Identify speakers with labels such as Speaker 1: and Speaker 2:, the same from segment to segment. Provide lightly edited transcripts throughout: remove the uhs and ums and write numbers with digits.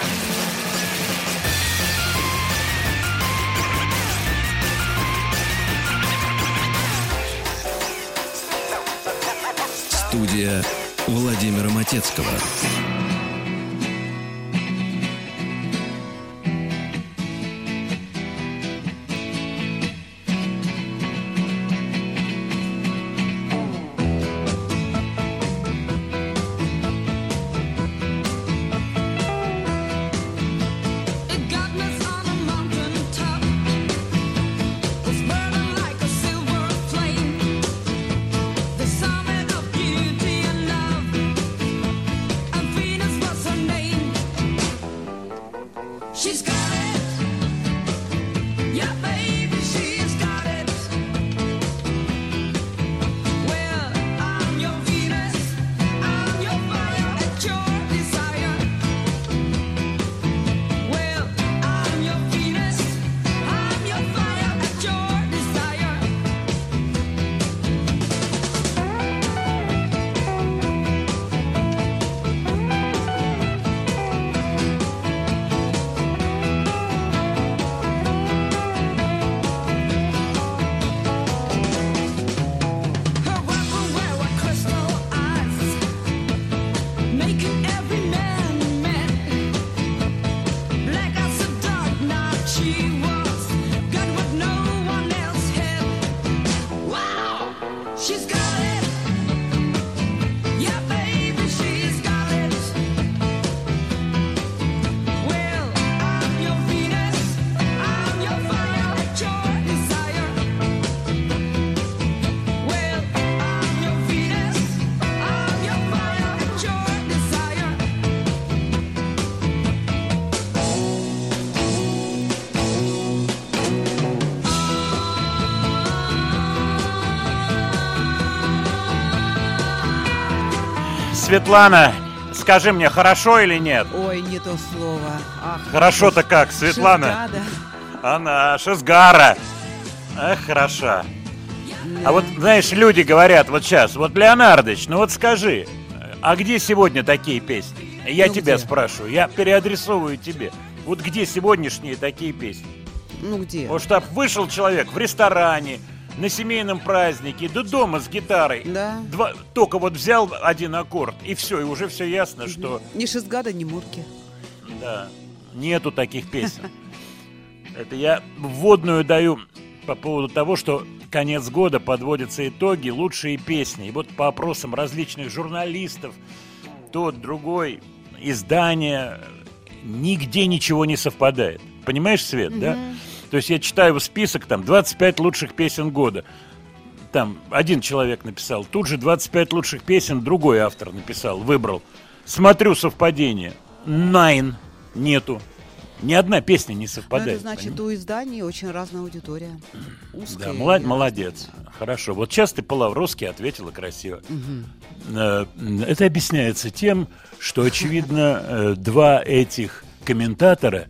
Speaker 1: Студия Владимира Матецкого.
Speaker 2: Светлана, скажи мне, хорошо или нет?
Speaker 3: Ой, не то слово. Ах,
Speaker 2: хорошо-то как, Светлана?
Speaker 3: Шизгада.
Speaker 2: Она, Шизгара. Эх, хороша. А вот, знаешь, люди говорят вот сейчас, вот, Леонардович, ну вот скажи, а где сегодня такие песни? Я тебя спрашиваю, я переадресовываю тебе. Вот где сегодняшние такие песни?
Speaker 3: Ну где?
Speaker 2: Вот чтоб вышел человек в ресторане, на семейном празднике, да дома с гитарой.
Speaker 3: Да.
Speaker 2: Только вот взял один аккорд, и все, и уже все ясно, что...
Speaker 3: Ни Шизгада, ни Мурки.
Speaker 2: Да, нету таких песен. Это я вводную даю по поводу того, что конец года, подводятся итоги, лучшие песни. И вот по опросам различных журналистов, тот, другой, издания, нигде ничего не совпадает. Понимаешь, Свет, да? То есть я читаю список, там, 25 лучших песен года. Там один человек написал. Тут же 25 лучших песен другой автор написал, выбрал. Смотрю совпадение. Нету. Ни одна песня не совпадает.
Speaker 3: Ну, это значит, понимаешь? У изданий очень разная аудитория.
Speaker 2: Да,
Speaker 3: Узкая.
Speaker 2: молодец. Хорошо. Вот сейчас ты по-лавровски ответила красиво. Это объясняется тем, что, очевидно, два этих комментатора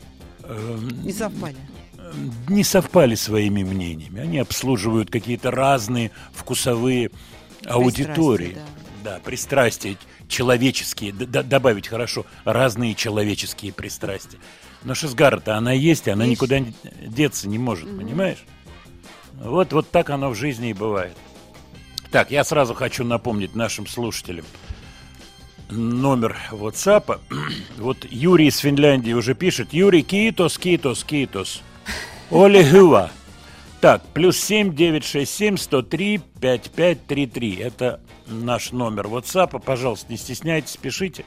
Speaker 2: не совпали своими мнениями. Они обслуживают какие-то разные вкусовые аудитории. Да, пристрастия человеческие. Добавить хорошо, разные человеческие пристрастия. Но Шизгара-то она есть, и она никуда деться не может, понимаешь? Вот так оно в жизни и бывает. Так, я сразу хочу напомнить нашим слушателям номер WhatsApp. Вот Юрий из Финляндии уже пишет. Юрий, китос. Оли Хюа. Так, +7 967 103 5533. Это наш номер WhatsApp. Пожалуйста, не стесняйтесь, пишите.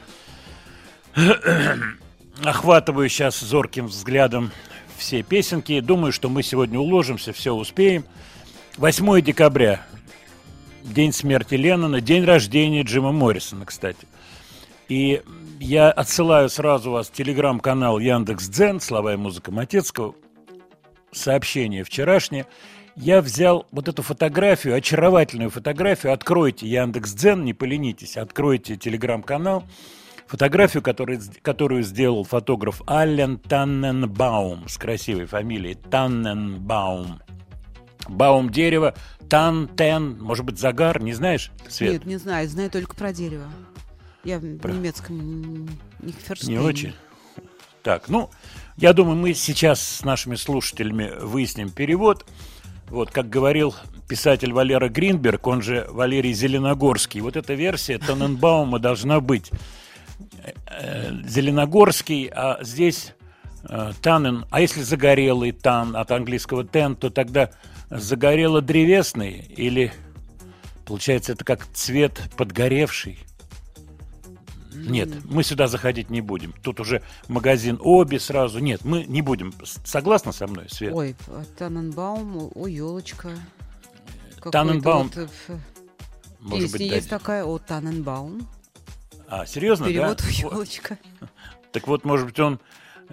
Speaker 2: Охватываю сейчас зорким взглядом все песенки. Думаю, что мы сегодня уложимся, все успеем. 8 декабря. День смерти Леннона. День рождения Джима Моррисона, кстати. И я отсылаю сразу вас в телеграм-канал Яндекс.Дзен, слова и музыка Матецкого. Сообщение вчерашнее. Я взял вот эту фотографию, очаровательную фотографию. Откройте Яндекс.Дзен, не поленитесь. Откройте телеграм-канал. Фотографию, которую сделал фотограф Аллен Танненбаум с красивой фамилией Танненбаум. Баум дерево, тен, может быть, загар, не знаешь, Свет?
Speaker 3: Нет, не знаю, знаю только про дерево. Я в немецком не ферштейн.
Speaker 2: Не очень? Так, ну, я думаю, мы сейчас с нашими слушателями выясним перевод. Вот, как говорил писатель Валера Гринберг, он же Валерий Зеленогорский, вот эта версия Таненбаума должна быть. Зеленогорский, а здесь Танен. А если загорелый тан, от английского тен, то тогда загорело-древесный или, получается, это как цвет подгоревший? Нет, мы сюда заходить не будем. Тут уже магазин Оби сразу. Нет, мы не будем. Согласна со мной, Свет?
Speaker 3: Ой, Таненбаум, ой, елочка.
Speaker 2: Таненбаум.
Speaker 3: Вот,
Speaker 2: Может быть,
Speaker 3: есть такая, Таненбаум.
Speaker 2: А, серьезно,
Speaker 3: Перевод
Speaker 2: да?
Speaker 3: елочка.
Speaker 2: Так вот, может быть, он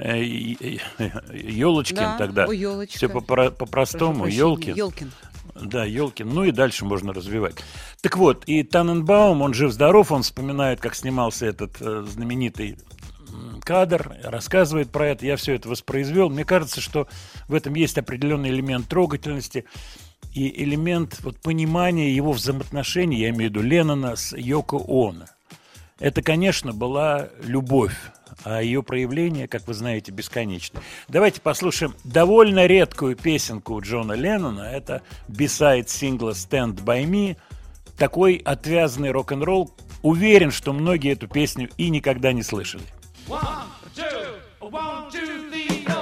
Speaker 2: Елочкин
Speaker 3: Да,
Speaker 2: тогда.
Speaker 3: елочка.
Speaker 2: Все по-простому. Елкин.
Speaker 3: Елкин.
Speaker 2: Да, Елкин. Ну и дальше можно развивать. Так вот, и Таненбаум, он жив-здоров, он вспоминает, как снимался этот знаменитый кадр, рассказывает про это. Я все это воспроизвел. Мне кажется, что в этом есть определенный элемент трогательности и элемент вот понимания его взаимоотношений, я имею в виду Леннона с Йоко Оно. Это, конечно, была любовь, а ее проявление, как вы знаете, бесконечно. Давайте послушаем довольно редкую песенку Джона Леннона. Это B-side сингла «Stand by Me». Такой отвязный рок-н-ролл. Уверен, что многие эту песню и никогда не слышали.
Speaker 4: One, two, three, four.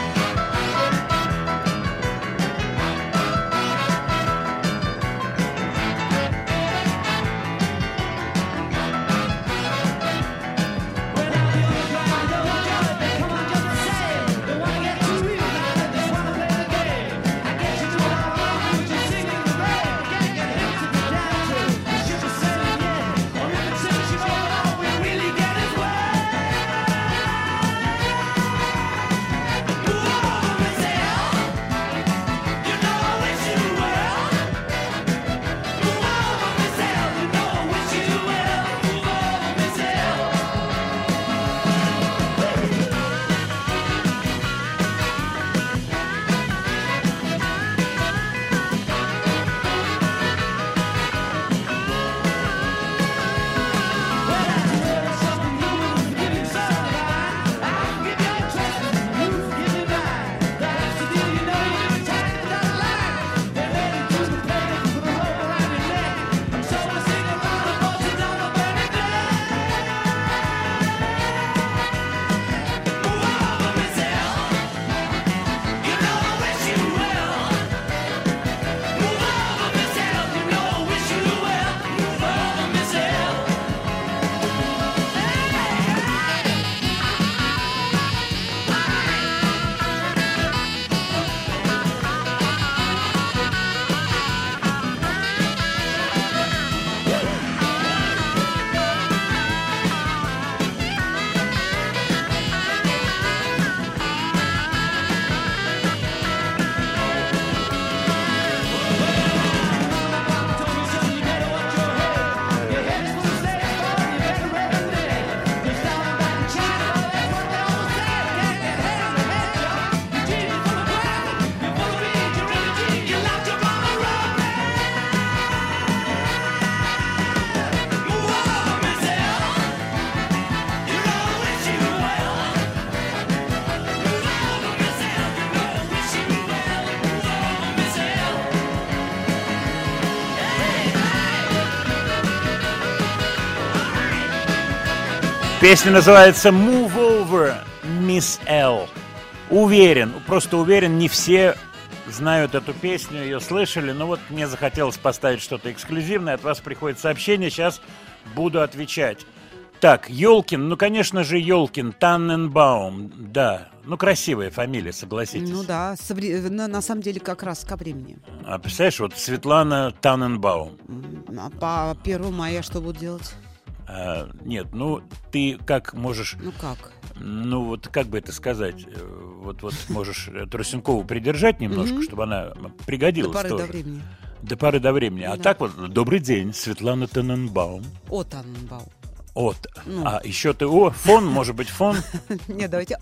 Speaker 2: Песня называется «Move Over, Miss L». Уверен, просто уверен, не все знают эту песню, ее слышали, но вот мне захотелось поставить что-то эксклюзивное, от вас приходит сообщение, сейчас буду отвечать. Так, Ёлкин, ну, конечно же, Ёлкин, Таненбаум, да, ну, красивая фамилия, согласитесь.
Speaker 3: Ну да, на самом деле как раз ко времени.
Speaker 2: А представляешь, вот Светлана Таненбаум.
Speaker 3: А по 1 мая что будут делать?
Speaker 2: Нет, ну, ты как можешь...
Speaker 3: Ну как?
Speaker 2: Ну, вот как бы это сказать? Вот можешь Трусенкову придержать немножко, чтобы она пригодилась
Speaker 3: до поры
Speaker 2: тоже.
Speaker 3: до времени.
Speaker 2: До поры до времени. А
Speaker 3: Да.
Speaker 2: так вот, добрый день, Светлана Таненбаум.
Speaker 3: Таненбаум. Ну.
Speaker 2: А еще ты фон, может быть, фон?
Speaker 3: Нет, давайте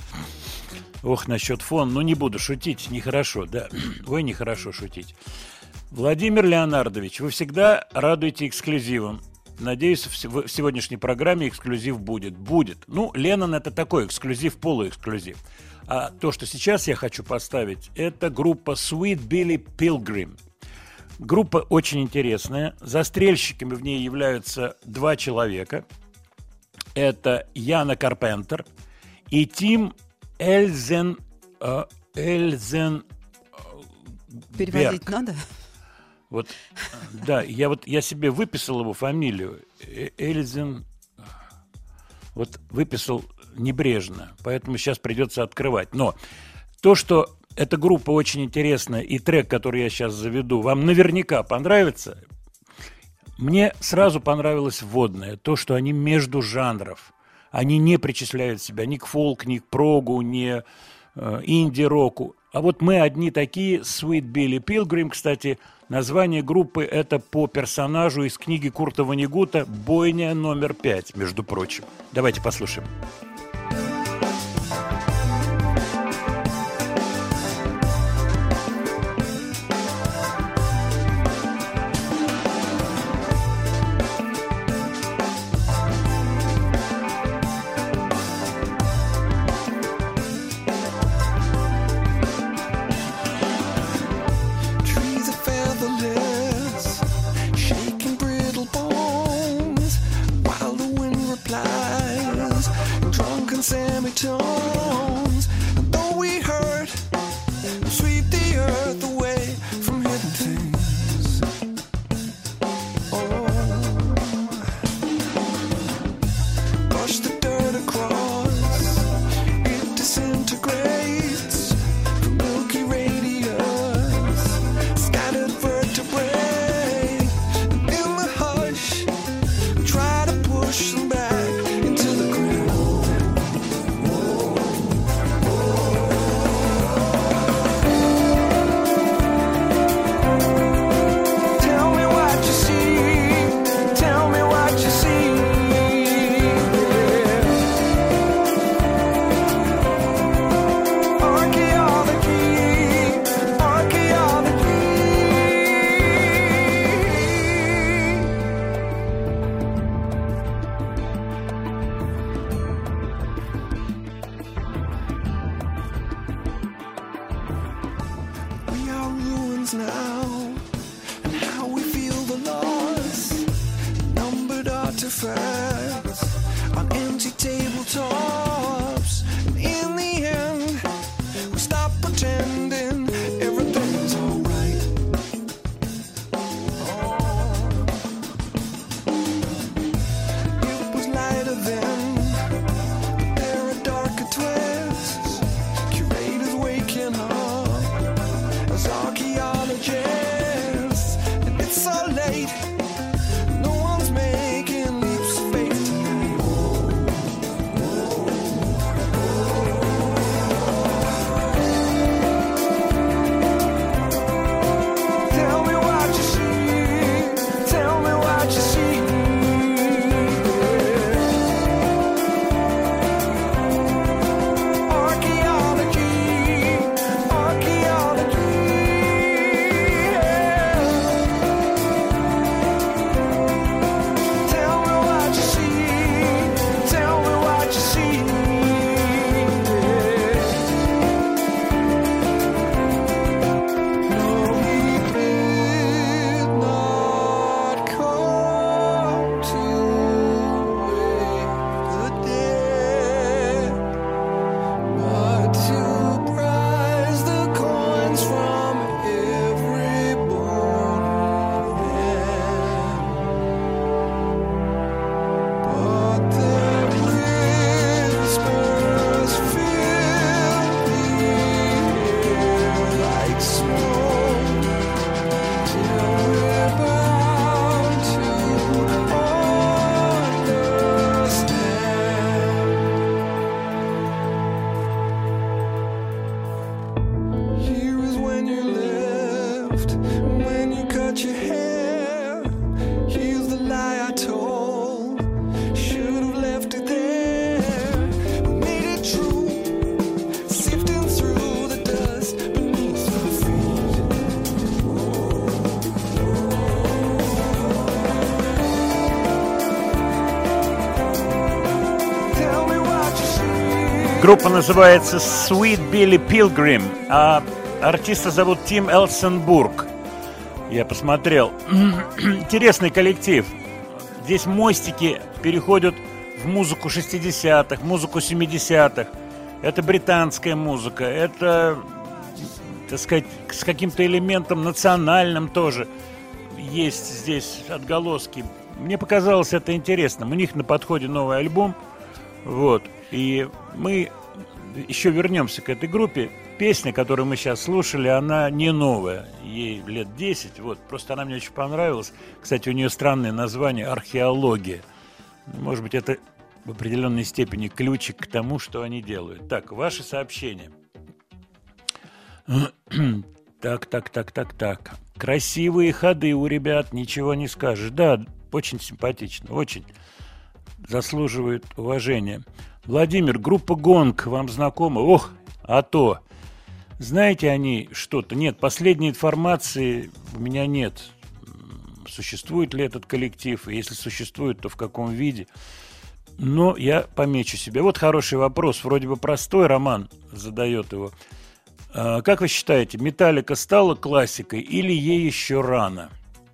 Speaker 2: Ох, насчет фон, ну не буду шутить, нехорошо, да. Ой, нехорошо шутить. Владимир Леонардович, вы всегда радуете эксклюзивом. надеюсь, в сегодняшней программе эксклюзив будет. Будет. Ну, Леннон — это такой эксклюзив, полуэксклюзив. А то, что сейчас я хочу поставить, это группа Sweet Billy Pilgrim. Группа очень интересная. Застрельщиками в ней являются 2 человека. Это Яна Карпентер и Тим Эльзенберг.
Speaker 3: Переводить надо?
Speaker 2: Вот, да, я себе выписал его фамилию. Эльзен. Вот выписал небрежно, поэтому сейчас придется открывать. Но то, что эта группа очень интересная, и трек, который я сейчас заведу, вам наверняка понравится. Мне сразу понравилось вводное, то, что они между жанров. Они не причисляют себя ни к фолк, ни к прогу, ни инди-року. А вот мы одни такие, Sweet Billy Pilgrim, кстати, название группы это по персонажу из книги Курта Воннегута «Бойня номер 5», между прочим. Давайте послушаем.
Speaker 5: Semitones, and though we hurt, sweep the earth away from hidden things. Oh, push the dirt across, it disintegrates from milky radius, scattered vertebrae, and in the hush, try to push them back into the ground. Now, and how we feel the loss, numbered artifacts on empty tabletops, and in the end, we stop pretending everything's alright. Oh, it was lighter then, but there are darker twists, curators waking up as archaeologists
Speaker 2: Группа называется Sweet Billy Pilgrim, а артиста зовут Тим Элсенбург. Я посмотрел. Интересный коллектив. Здесь мостики переходят в музыку 60-х, музыку 70-х. Это британская музыка, это, так сказать, с каким-то элементом национальным тоже есть здесь отголоски. Мне показалось это интересным. У них на подходе новый альбом. Вот. И мы еще вернемся к этой группе. Песня, которую мы сейчас слушали, она не новая. Ей лет 10. Вот. Просто она мне очень понравилась. Кстати, у нее странное название «Археология». Может быть, это в определенной степени ключик к тому, что они делают. Так, ваши сообщения. Так. Красивые ходы у ребят, ничего не скажешь. Да, очень симпатично, очень заслуживает уважения. Владимир, группа «Гонг» вам знакома? Ох, а то. Знаете они что-то? Нет, последней информации у меня нет. Существует ли этот коллектив? И если существует, то в каком виде? Но я помечу себе. Вот хороший вопрос, вроде бы простой, Роман задает его. Как вы считаете, «Металлика» стала классикой или ей еще рано?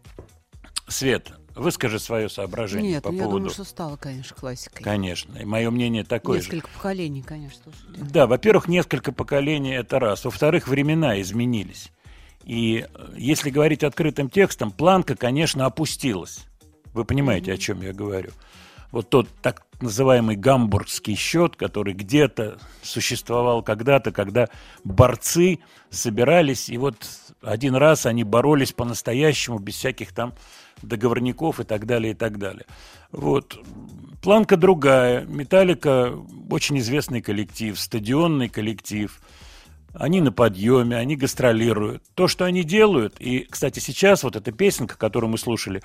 Speaker 2: Свет, выскажи свое соображение.
Speaker 3: Нет,
Speaker 2: по
Speaker 3: я
Speaker 2: поводу...
Speaker 3: думаю, что стала, конечно, классикой.
Speaker 2: Конечно, и мое мнение такое же.
Speaker 3: Несколько поколений, конечно. Слушайте.
Speaker 2: Да, во-первых, несколько поколений – это раз. Во-вторых, времена изменились. И если говорить открытым текстом, планка, конечно, опустилась. Вы понимаете, о чем я говорю. Вот тот так называемый гамбургский счет, который где-то существовал когда-то, когда борцы собирались, и вот один раз они боролись по-настоящему, без всяких там договорников и так далее, и так далее. Вот. Планка другая. «Металлика» очень известный коллектив, стадионный коллектив. Они на подъеме, они гастролируют. То, что они делают, и, кстати, сейчас вот эта песенка, которую мы слушали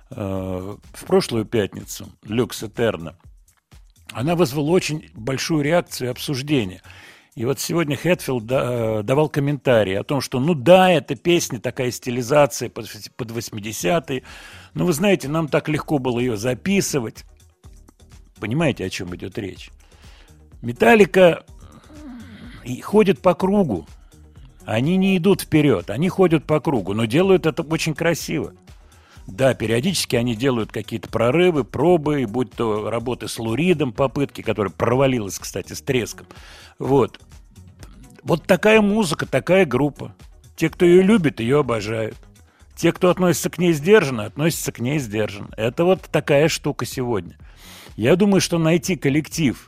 Speaker 2: в прошлую пятницу, «Люкс Этерна», она вызвала очень большую реакцию и обсуждение. И вот сегодня Хэтфилд давал комментарий о том, что, ну да, эта песня, такая стилизация под 80-е, но вы знаете, нам так легко было ее записывать. Понимаете, о чем идет речь? «Металлика» ходит по кругу. Они не идут вперед, они ходят по кругу, но делают это очень красиво. Да, периодически они делают какие-то прорывы, пробы, будь то работы с Луридом, попытки, которая провалилась, кстати, с треском. Вот. Вот такая музыка, такая группа. Те, кто ее любит, ее обожают. Те, кто относится к ней сдержанно, относятся к ней сдержанно. Это вот такая штука сегодня. Я думаю, что найти коллектив,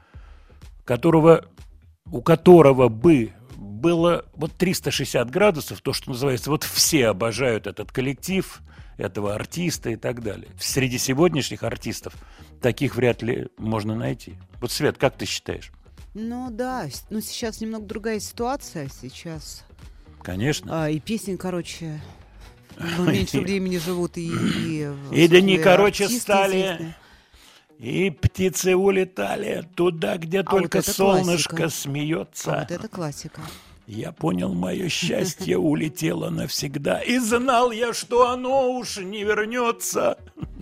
Speaker 2: у которого бы было вот 360 градусов, то, что называется, вот все обожают этот коллектив, этого артиста и так далее. Среди сегодняшних артистов таких вряд ли можно найти. Вот, Свет, как ты считаешь?
Speaker 3: Ну да, но сейчас немного другая ситуация. Сейчас...
Speaker 2: Конечно.
Speaker 3: И песни, короче, меньше времени живут. И
Speaker 2: дни, короче,
Speaker 3: артисты
Speaker 2: стали...
Speaker 3: известные.
Speaker 2: И птицы улетали туда, где только
Speaker 3: вот это
Speaker 2: солнышко
Speaker 3: классика.
Speaker 2: смеется.
Speaker 3: Вот это классика.
Speaker 2: Я понял, мое счастье улетело навсегда. И знал я, что оно уж не вернется.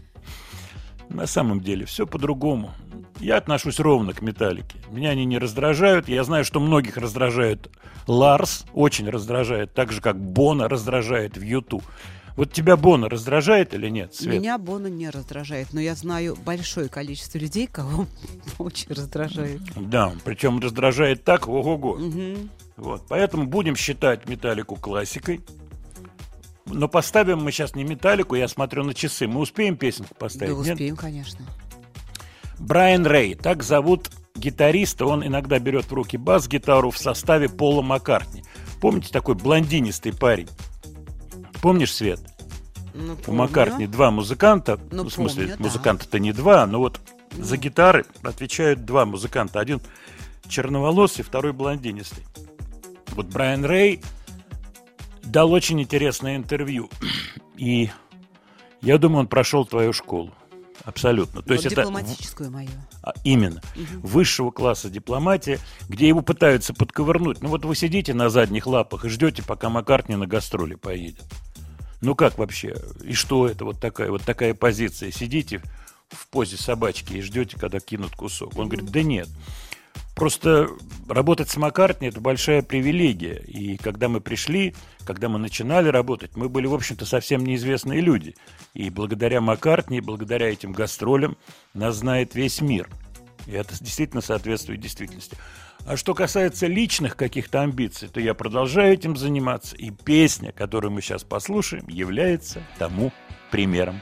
Speaker 2: На самом деле все по-другому. Я отношусь ровно к «Металлике». Меня они не раздражают. Я знаю, что многих раздражает Ларс. Очень раздражает. Так же, как Боно раздражает в Юту. Вот тебя Боно раздражает или нет, Свет?
Speaker 3: Меня Боно не раздражает, но я знаю большое количество людей, кого очень раздражает.
Speaker 2: Да, причем раздражает так, ого-го.
Speaker 3: Угу.
Speaker 2: Вот, поэтому будем считать «Металлику» классикой. Но поставим мы сейчас не «Металлику», я смотрю на часы. Мы успеем песенку поставить?
Speaker 3: Да,
Speaker 2: Нет?
Speaker 3: успеем, конечно.
Speaker 2: Брайан Рэй, так зовут гитариста. Он иногда берет в руки бас-гитару в составе Пола Маккартни. Помните, такой блондинистый парень? Помнишь, Свет?
Speaker 3: Ну,
Speaker 2: У Маккартни два музыканта.
Speaker 3: Ну,
Speaker 2: в смысле,
Speaker 3: помню, да.
Speaker 2: музыканта-то не два, но вот за гитары отвечают два музыканта. Один черноволосый, второй блондинистый. Вот Брайан Рэй дал очень интересное интервью. И я думаю, он прошел твою школу. Абсолютно. То
Speaker 3: Вот
Speaker 2: есть
Speaker 3: дипломатическую мою.
Speaker 2: Именно. Высшего класса дипломатия, где его пытаются подковырнуть. Ну вот вы сидите на задних лапах и ждете, пока Маккартни на гастроли поедет. Ну как вообще? И что это вот такая позиция? Сидите в позе собачки и ждете, когда кинут кусок. Он говорит, да нет. Просто работать с Маккартни – это большая привилегия. И когда мы пришли, когда мы начинали работать, мы были, в общем-то, совсем неизвестные люди. И благодаря Маккартни, благодаря этим гастролям нас знает весь мир. И это действительно соответствует действительности. А что касается личных каких-то амбиций, то я продолжаю этим заниматься. И песня, которую мы сейчас послушаем, является тому примером.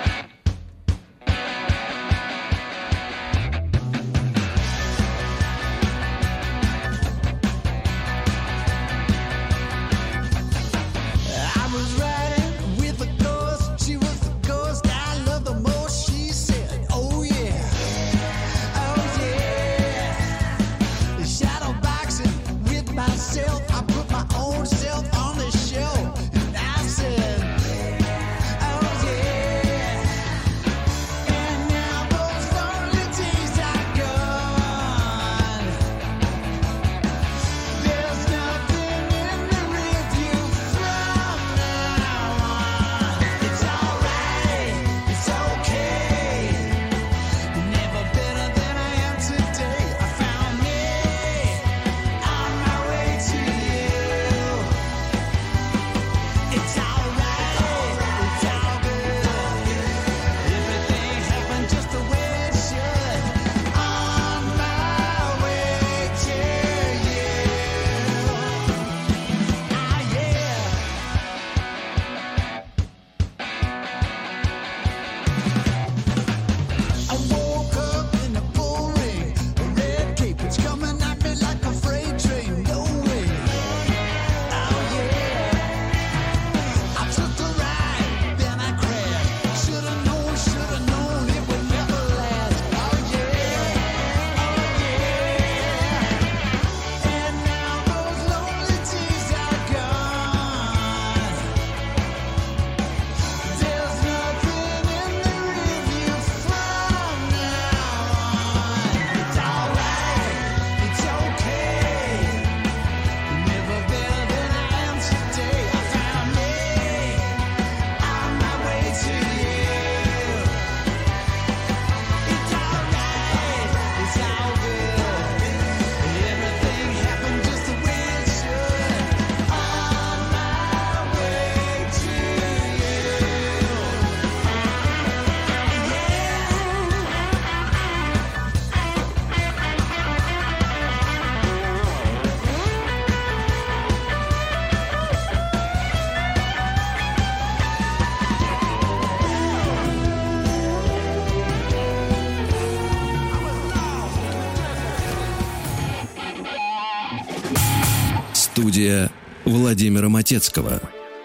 Speaker 1: Студия Владимира Матецкого.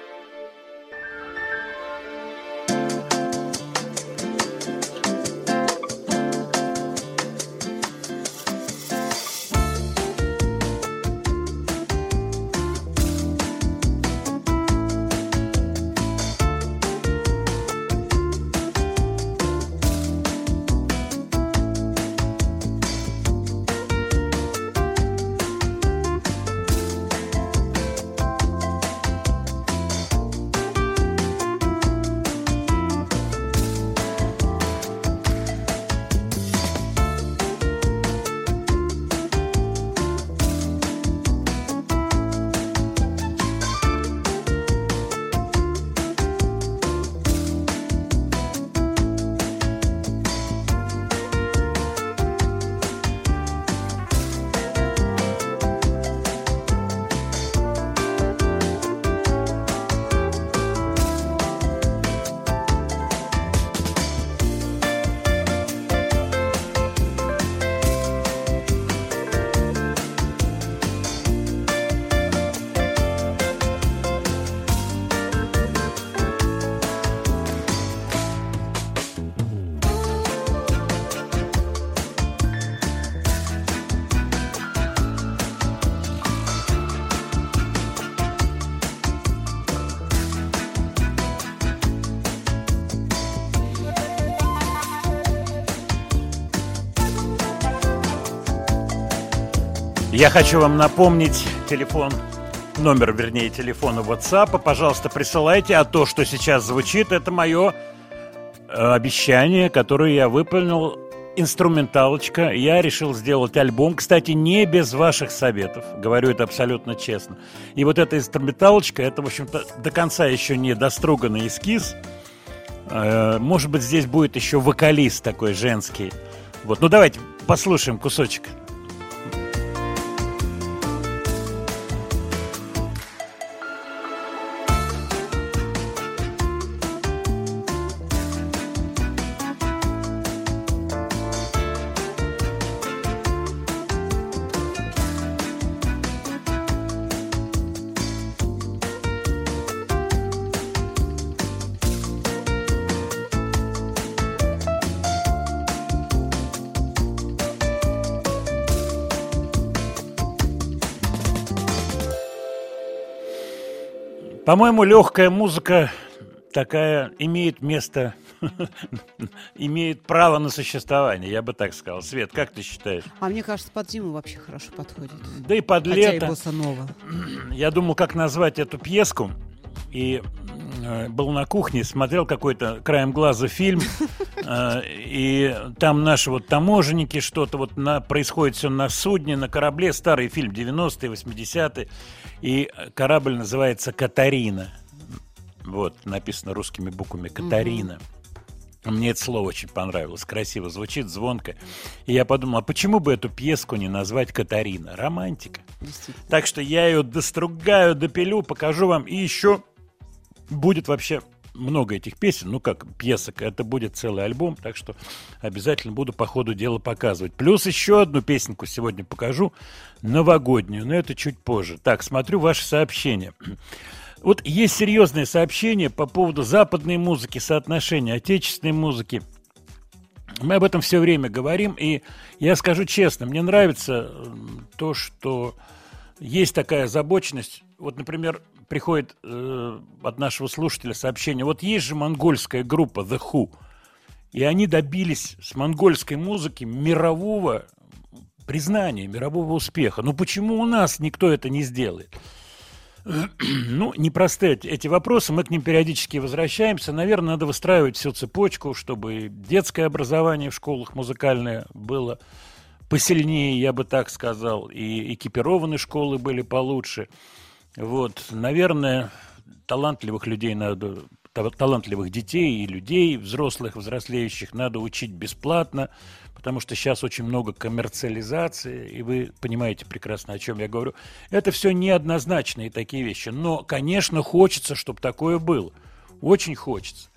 Speaker 2: Я хочу вам напомнить номер телефона WhatsApp. Пожалуйста, присылайте. А то, что сейчас звучит, это мое обещание, которое я выполнил инструменталочка. Я решил сделать альбом. Кстати, не без ваших советов. Говорю это абсолютно честно. И вот эта инструменталочка, это, в общем-то, до конца еще не доструганный эскиз. Может быть, здесь будет еще вокалист такой женский. Вот. Ну, давайте послушаем кусочек. По-моему, легкая музыка такая имеет место, имеет право на существование, я бы так сказал. Свет, как ты считаешь?
Speaker 3: А мне кажется, под зиму вообще хорошо подходит.
Speaker 2: Да и под
Speaker 3: Хотя
Speaker 2: лето.
Speaker 3: и босса-нова.
Speaker 2: Я думал, как назвать эту пьеску, и был на кухне, смотрел какой-то краем глаза фильм, и там наши вот таможенники, что-то вот происходит все на судне, на корабле, старый фильм, 90-е, 80-е, и корабль называется «Катарина». Вот, написано русскими буквами «Катарина». Мне это слово очень понравилось, красиво звучит, звонко. И я подумал, а почему бы эту пьеску не назвать «Катарина»? Романтика. Так что я ее достругаю, допилю, покажу вам, и еще будет вообще много этих песен, ну как пьесок, это будет целый альбом, так что обязательно буду по ходу дела показывать. Плюс еще одну песенку сегодня покажу, новогоднюю, но это чуть позже. Так, смотрю ваши сообщения. Вот есть серьезные сообщения по поводу западной музыки, соотношения отечественной музыки. Мы об этом все время говорим, и я скажу честно, мне нравится то, что есть такая озабоченность. Вот, например, приходит от нашего слушателя сообщение. Вот есть же монгольская группа The Who, и они добились с монгольской музыки мирового признания, мирового успеха. Ну почему у нас никто это не сделает? Ну, непростые эти вопросы, мы к ним периодически возвращаемся. Наверное, надо выстраивать всю цепочку, чтобы детское образование в школах музыкальное было посильнее, я бы так сказал, и экипированы школы были получше. Вот, наверное, талантливых людей надо, талантливых детей и людей, взрослых, взрослеющих, надо учить бесплатно, потому что сейчас очень много коммерциализации, и вы понимаете прекрасно, о чем я говорю. Это все неоднозначные такие вещи, но, конечно, хочется, чтобы такое было. Очень хочется.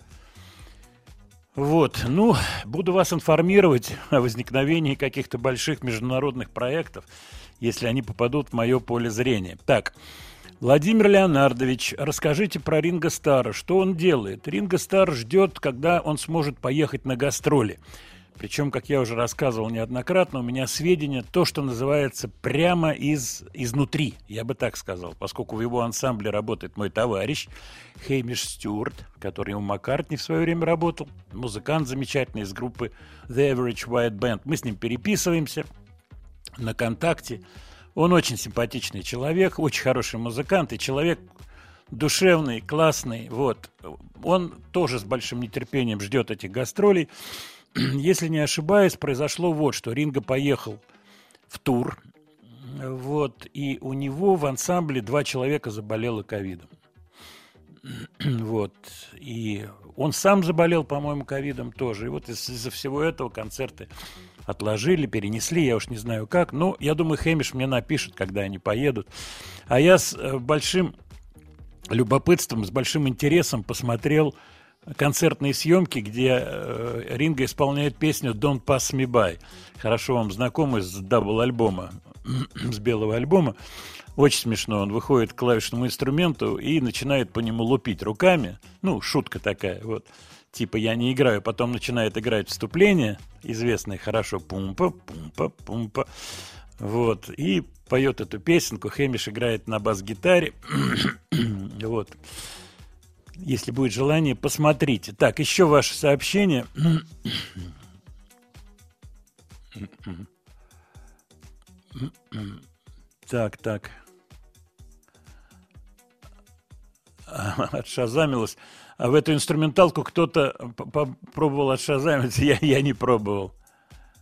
Speaker 2: Вот, ну, буду вас информировать о возникновении каких-то больших международных проектов, если они попадут в мое поле зрения. Так, Владимир Леонардович, расскажите про Ринго Старра. Что он делает? Ринго Старр ждет, когда он сможет поехать на гастроли. Причем, как я уже рассказывал неоднократно, у меня сведения, то, что называется, прямо изнутри, я бы так сказал, поскольку в его ансамбле работает мой товарищ Хэмиш Стюарт, который у Маккартни в свое время работал, музыкант замечательный из группы The Average White Band. Мы с ним переписываемся на ВКонтакте. Он очень симпатичный человек, очень хороший музыкант и человек душевный, классный. Вот. Он тоже с большим нетерпением ждет этих гастролей. Если не ошибаюсь, произошло вот что. Ринго поехал в тур, вот, и у него в ансамбле 2 человека заболело ковидом. Вот. И он сам заболел, по-моему, ковидом тоже. И вот из-за всего этого концерты отложили, перенесли, я уж не знаю как. Но я думаю, Хэмиш мне напишет, когда они поедут. А я с большим любопытством, с большим интересом посмотрел концертные съемки, где Ринго исполняет песню «Don't Pass Me By». Хорошо вам знакомы с дабл-альбома, с белого альбома. Очень смешно. Он выходит к клавишному инструменту и начинает по нему лупить руками. Ну, шутка такая, вот. Типа «я не играю». Потом начинает играть вступление, известное хорошо, пумпа, пумпа, пумпа. Вот. И поет эту песенку. Хэмиш играет на бас-гитаре. Вот. Если будет желание, посмотрите. Так, еще ваше сообщение. Так. Отшазамилось. А в эту инструменталку кто-то попробовал отшазамиться. Я не пробовал.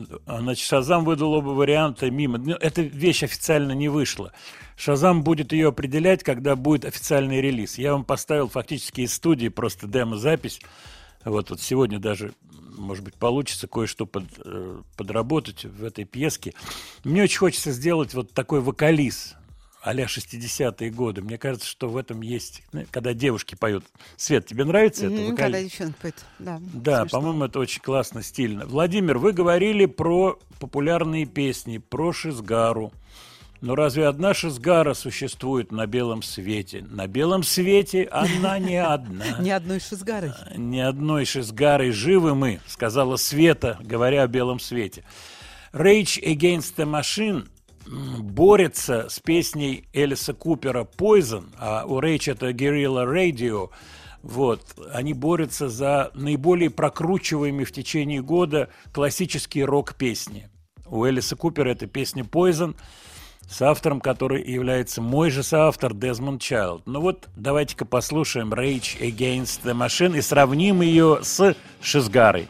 Speaker 2: Значит, Шазам выдал оба варианта мимо. Но эта вещь официально не вышла. Шазам будет ее определять, когда будет официальный релиз. Я вам поставил фактически из студии просто демо-запись. Вот сегодня даже, может быть, получится кое-что подработать в этой пьеске. Мне очень хочется сделать вот такой вокализ а-ля 60-е годы. Мне кажется, что в этом есть... Когда девушки поют. Свет, тебе нравится это вокализ?
Speaker 3: Когда девчонка поет, да.
Speaker 2: Да,
Speaker 3: смешно.
Speaker 2: по-моему, это очень классно, стильно. Владимир, вы говорили про популярные песни, про Шизгару. Но разве одна Шизгара существует на белом свете? На белом свете она не одна.
Speaker 3: Ни одной Шизгары.
Speaker 2: Ни одной Шизгарой живы мы, сказала Света, говоря о белом свете. Rage Against the Machine борется с песней Элиса Купера Poison, а у Rage это Guerrilla Radio. Вот. Они борются за наиболее прокручиваемые в течение года классические рок-песни. У Элиса Купера это песня Poison, с автором, который является мой же соавтор Дезмонд Чайлд. Ну вот, давайте-ка послушаем Rage Against the Machine и сравним ее с Шизгарой.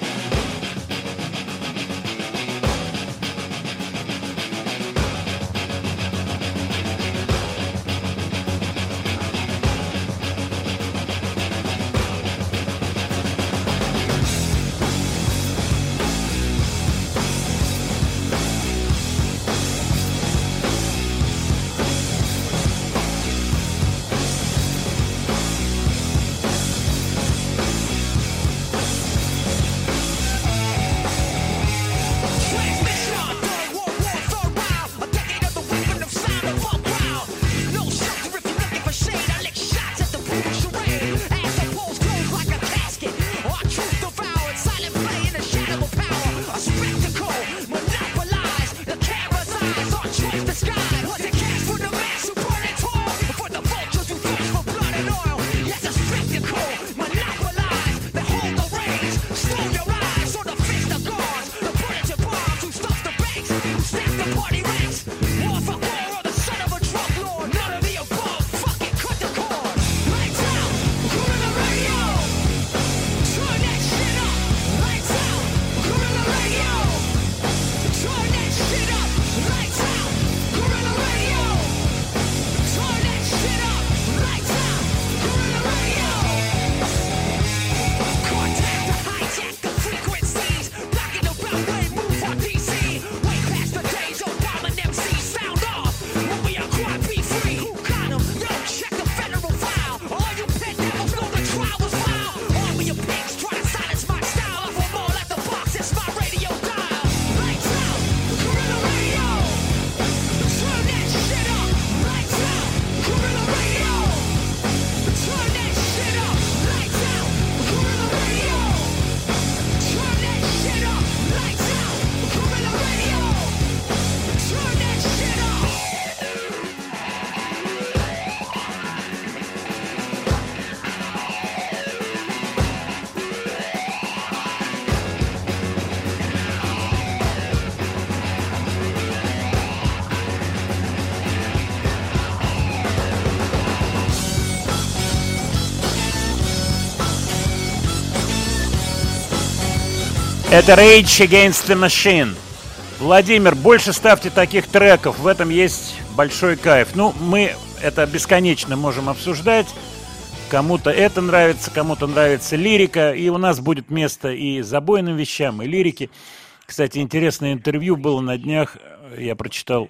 Speaker 2: Это Rage Against the Machine. Владимир, больше ставьте таких треков, в этом есть большой кайф. Ну, мы это бесконечно можем обсуждать. Кому-то это нравится, кому-то нравится лирика, и у нас будет место и забойным вещам, и лирике. Кстати, интересное интервью было на днях, я прочитал,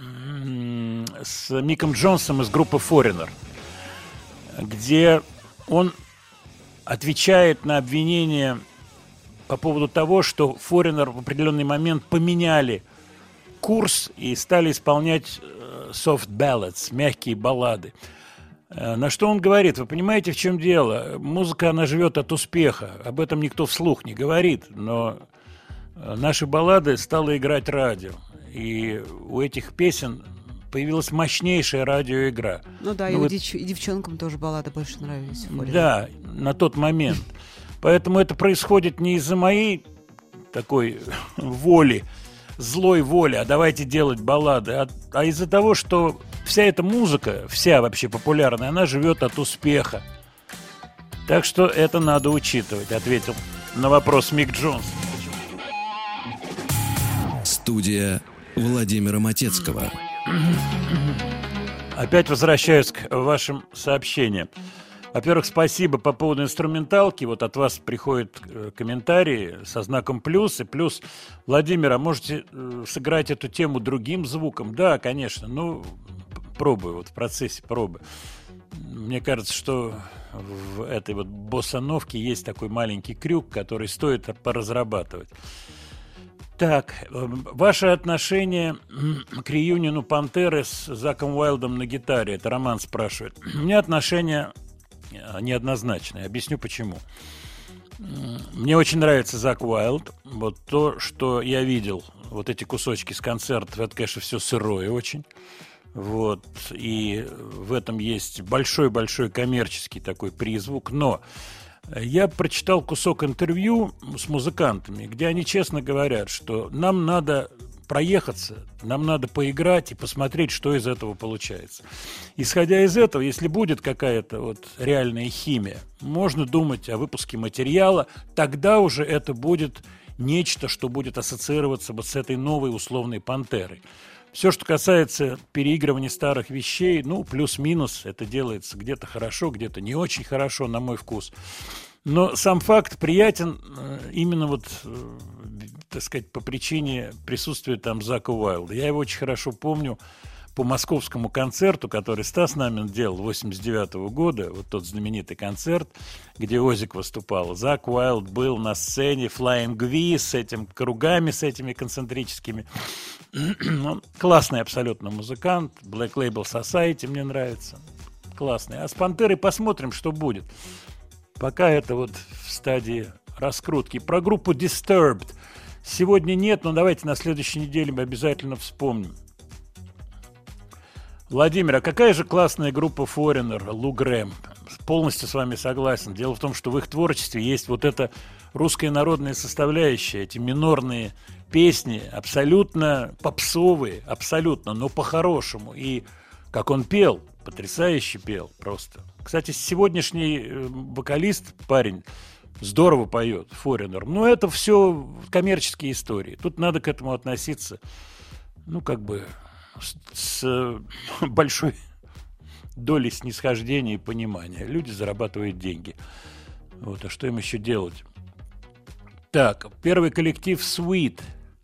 Speaker 2: с Миком Джонсом из группы Foreigner, где он отвечает на обвинения по поводу того, что Foreigner в определенный момент поменяли курс и стали исполнять soft ballads, мягкие баллады. На что он говорит: вы понимаете, в чем дело? Музыка, она живет от успеха. Об этом никто вслух не говорит, но наши баллады стало играть радио. И у этих песен появилась мощнейшая радиоигра.
Speaker 3: Ну да,
Speaker 2: ну,
Speaker 3: и девчонкам тоже баллады больше нравились.
Speaker 2: Да, на тот момент. Поэтому это происходит не из-за моей такой воли, злой воли, а давайте делать баллады, а из-за того, что вся эта музыка, вся вообще популярная, она живет от успеха. Так что это надо учитывать, ответил на вопрос Мик Джонс.
Speaker 1: Студия Владимира Матецкого.
Speaker 2: Опять возвращаюсь к вашим сообщениям. Во-первых, спасибо по поводу инструменталки. Вот от вас приходят комментарии со знаком плюс. И плюс, Владимир, а можете сыграть эту тему другим звуком? Да, конечно. Ну, пробую, вот в процессе пробы. Мне кажется, что в этой вот боссановке есть такой маленький крюк, который стоит поразрабатывать. Так, ваше отношение к реюниону Пантеры с Заком Уайлдом на гитаре? Это Роман спрашивает. У меня отношение неоднозначное. Объясню почему. Мне очень нравится Зак Уайлд. Вот то, что я видел, вот эти кусочки с концертов, это, конечно, все сырое очень. Вот. И в этом есть большой-большой коммерческий такой призвук. Но я прочитал кусок интервью с музыкантами, где они честно говорят, что нам надо проехаться, нам надо поиграть и посмотреть, что из этого получается. Исходя из этого, если будет какая-то вот реальная химия, можно думать о выпуске материала, тогда уже это будет нечто, что будет ассоциироваться вот с этой новой условной Пантерой. Все, что касается переигрывания старых вещей, ну, плюс-минус, это делается где-то хорошо, где-то не очень хорошо, на мой вкус. Но сам факт приятен именно вот, так сказать, по причине присутствия там Зака Уайлда. Я его очень хорошо помню по московскому концерту, который Стас Намин делал 89-го года, вот тот знаменитый концерт, где Озик выступал. Зак Уайлд был на сцене Flying V с этими кругами, с этими концентрическими. Он классный абсолютно музыкант. Black Label Society мне нравится. Классный. А с Пантерой посмотрим, что будет. Пока это вот в стадии раскрутки. Про группу Disturbed сегодня нет, но давайте на следующей неделе мы обязательно вспомним. Владимир, а какая же классная группа Foreigner, Лу Грэм? Полностью с вами согласен. Дело в том, что в их творчестве есть вот эта русская народная составляющая, эти минорные песни, абсолютно попсовые, абсолютно, но по-хорошему. И как он пел, потрясающе пел просто. Кстати, сегодняшний вокалист, парень, здорово поет, Foreigner. Но это все коммерческие истории. Тут надо к этому относиться, ну, как бы с большой долей снисхождения и понимания. Люди зарабатывают деньги. Вот, а что им еще делать? Так, первый коллектив Sweet.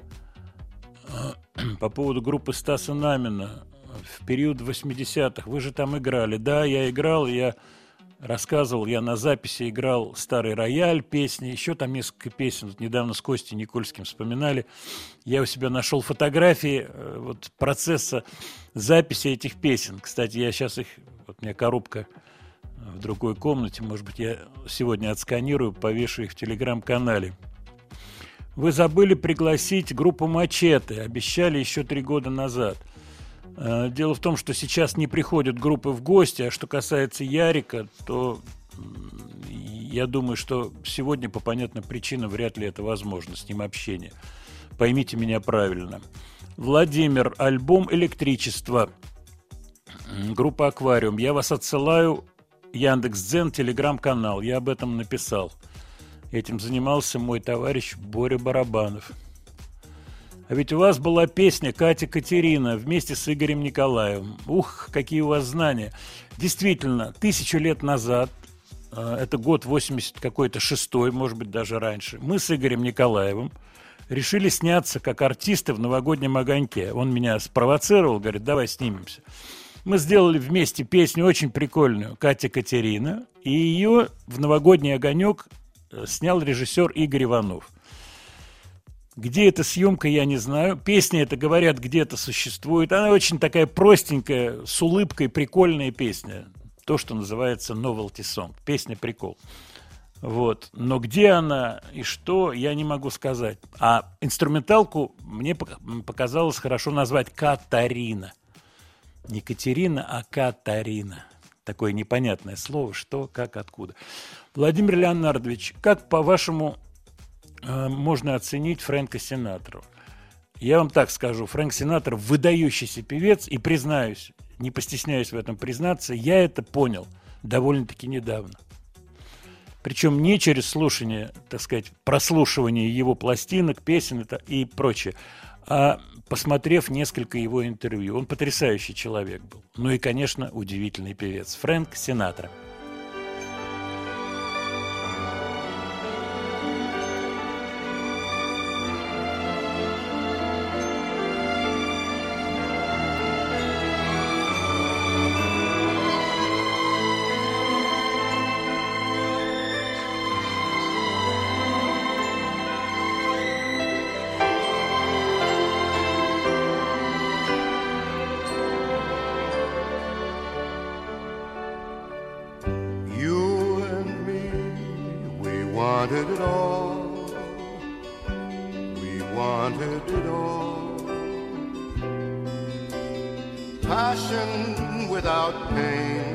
Speaker 2: По поводу группы Стаса Намина в период 80-х. Вы же там играли. Да, я играл, я рассказывал, я на записи играл «Старый рояль», песни, еще там несколько песен. Вот недавно с Костей Никольским вспоминали. Я у себя нашел фотографии вот, процесса записи этих песен. Кстати, я сейчас их... Вот у меня коробка в другой комнате. Может быть, я сегодня отсканирую, повешу их в телеграм-канале. Вы забыли пригласить группу «Мачете». Обещали еще 3 года назад. Дело в том, что сейчас не приходят группы в гости, а что касается Ярика, то я думаю, что сегодня по понятным причинам вряд ли это возможно, с ним общение. Поймите меня правильно. Владимир, альбом «Электричество», группа «Аквариум». Я вас отсылаю, Яндекс.Дзен, телеграм-канал. Я об этом написал. Этим занимался мой товарищ Боря Барабанов. А ведь у вас была песня «Катя Катерина» вместе с Игорем Николаевым. Ух, какие у вас знания. Действительно, 1000 лет назад, это год 80 какой-то 6-й, может быть, даже раньше, мы с Игорем Николаевым решили сняться как артисты в «Новогоднем огоньке». Он меня спровоцировал, говорит, давай снимемся. Мы сделали вместе песню очень прикольную «Катя Катерина», и ее в «Новогодний огонек» снял режиссер Игорь Иванов. Где эта съемка, я не знаю. Песня эта, говорят, где-то существует. Она очень такая простенькая, с улыбкой, прикольная песня. То, что называется novelty song. Песня-прикол. Вот. Но где она и что, я не могу сказать. А инструменталку мне показалось хорошо назвать «Катарина». Не Катерина, а «Катарина». Такое непонятное слово. Что, как, откуда. Владимир Леонардович, как, по-вашему, можно оценить Фрэнка Синатру? Я вам так скажу, Фрэнк Синатра выдающийся певец, и признаюсь, не постесняюсь в этом признаться, я это понял довольно-таки недавно. Причем не через слушание, так сказать, прослушивание его пластинок, песен и прочее, а посмотрев несколько его интервью. Он потрясающий человек был. Ну и, конечно, удивительный певец. Фрэнк Синатра.
Speaker 6: wanted it all. We wanted it all. Passion without pain,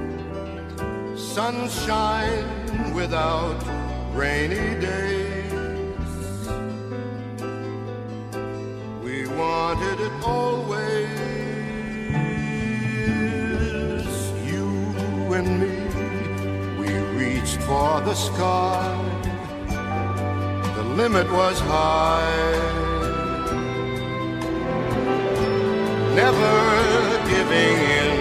Speaker 6: sunshine without rainy days. We wanted it always, you and me. We reached for the sky, the limit was high. Never giving in,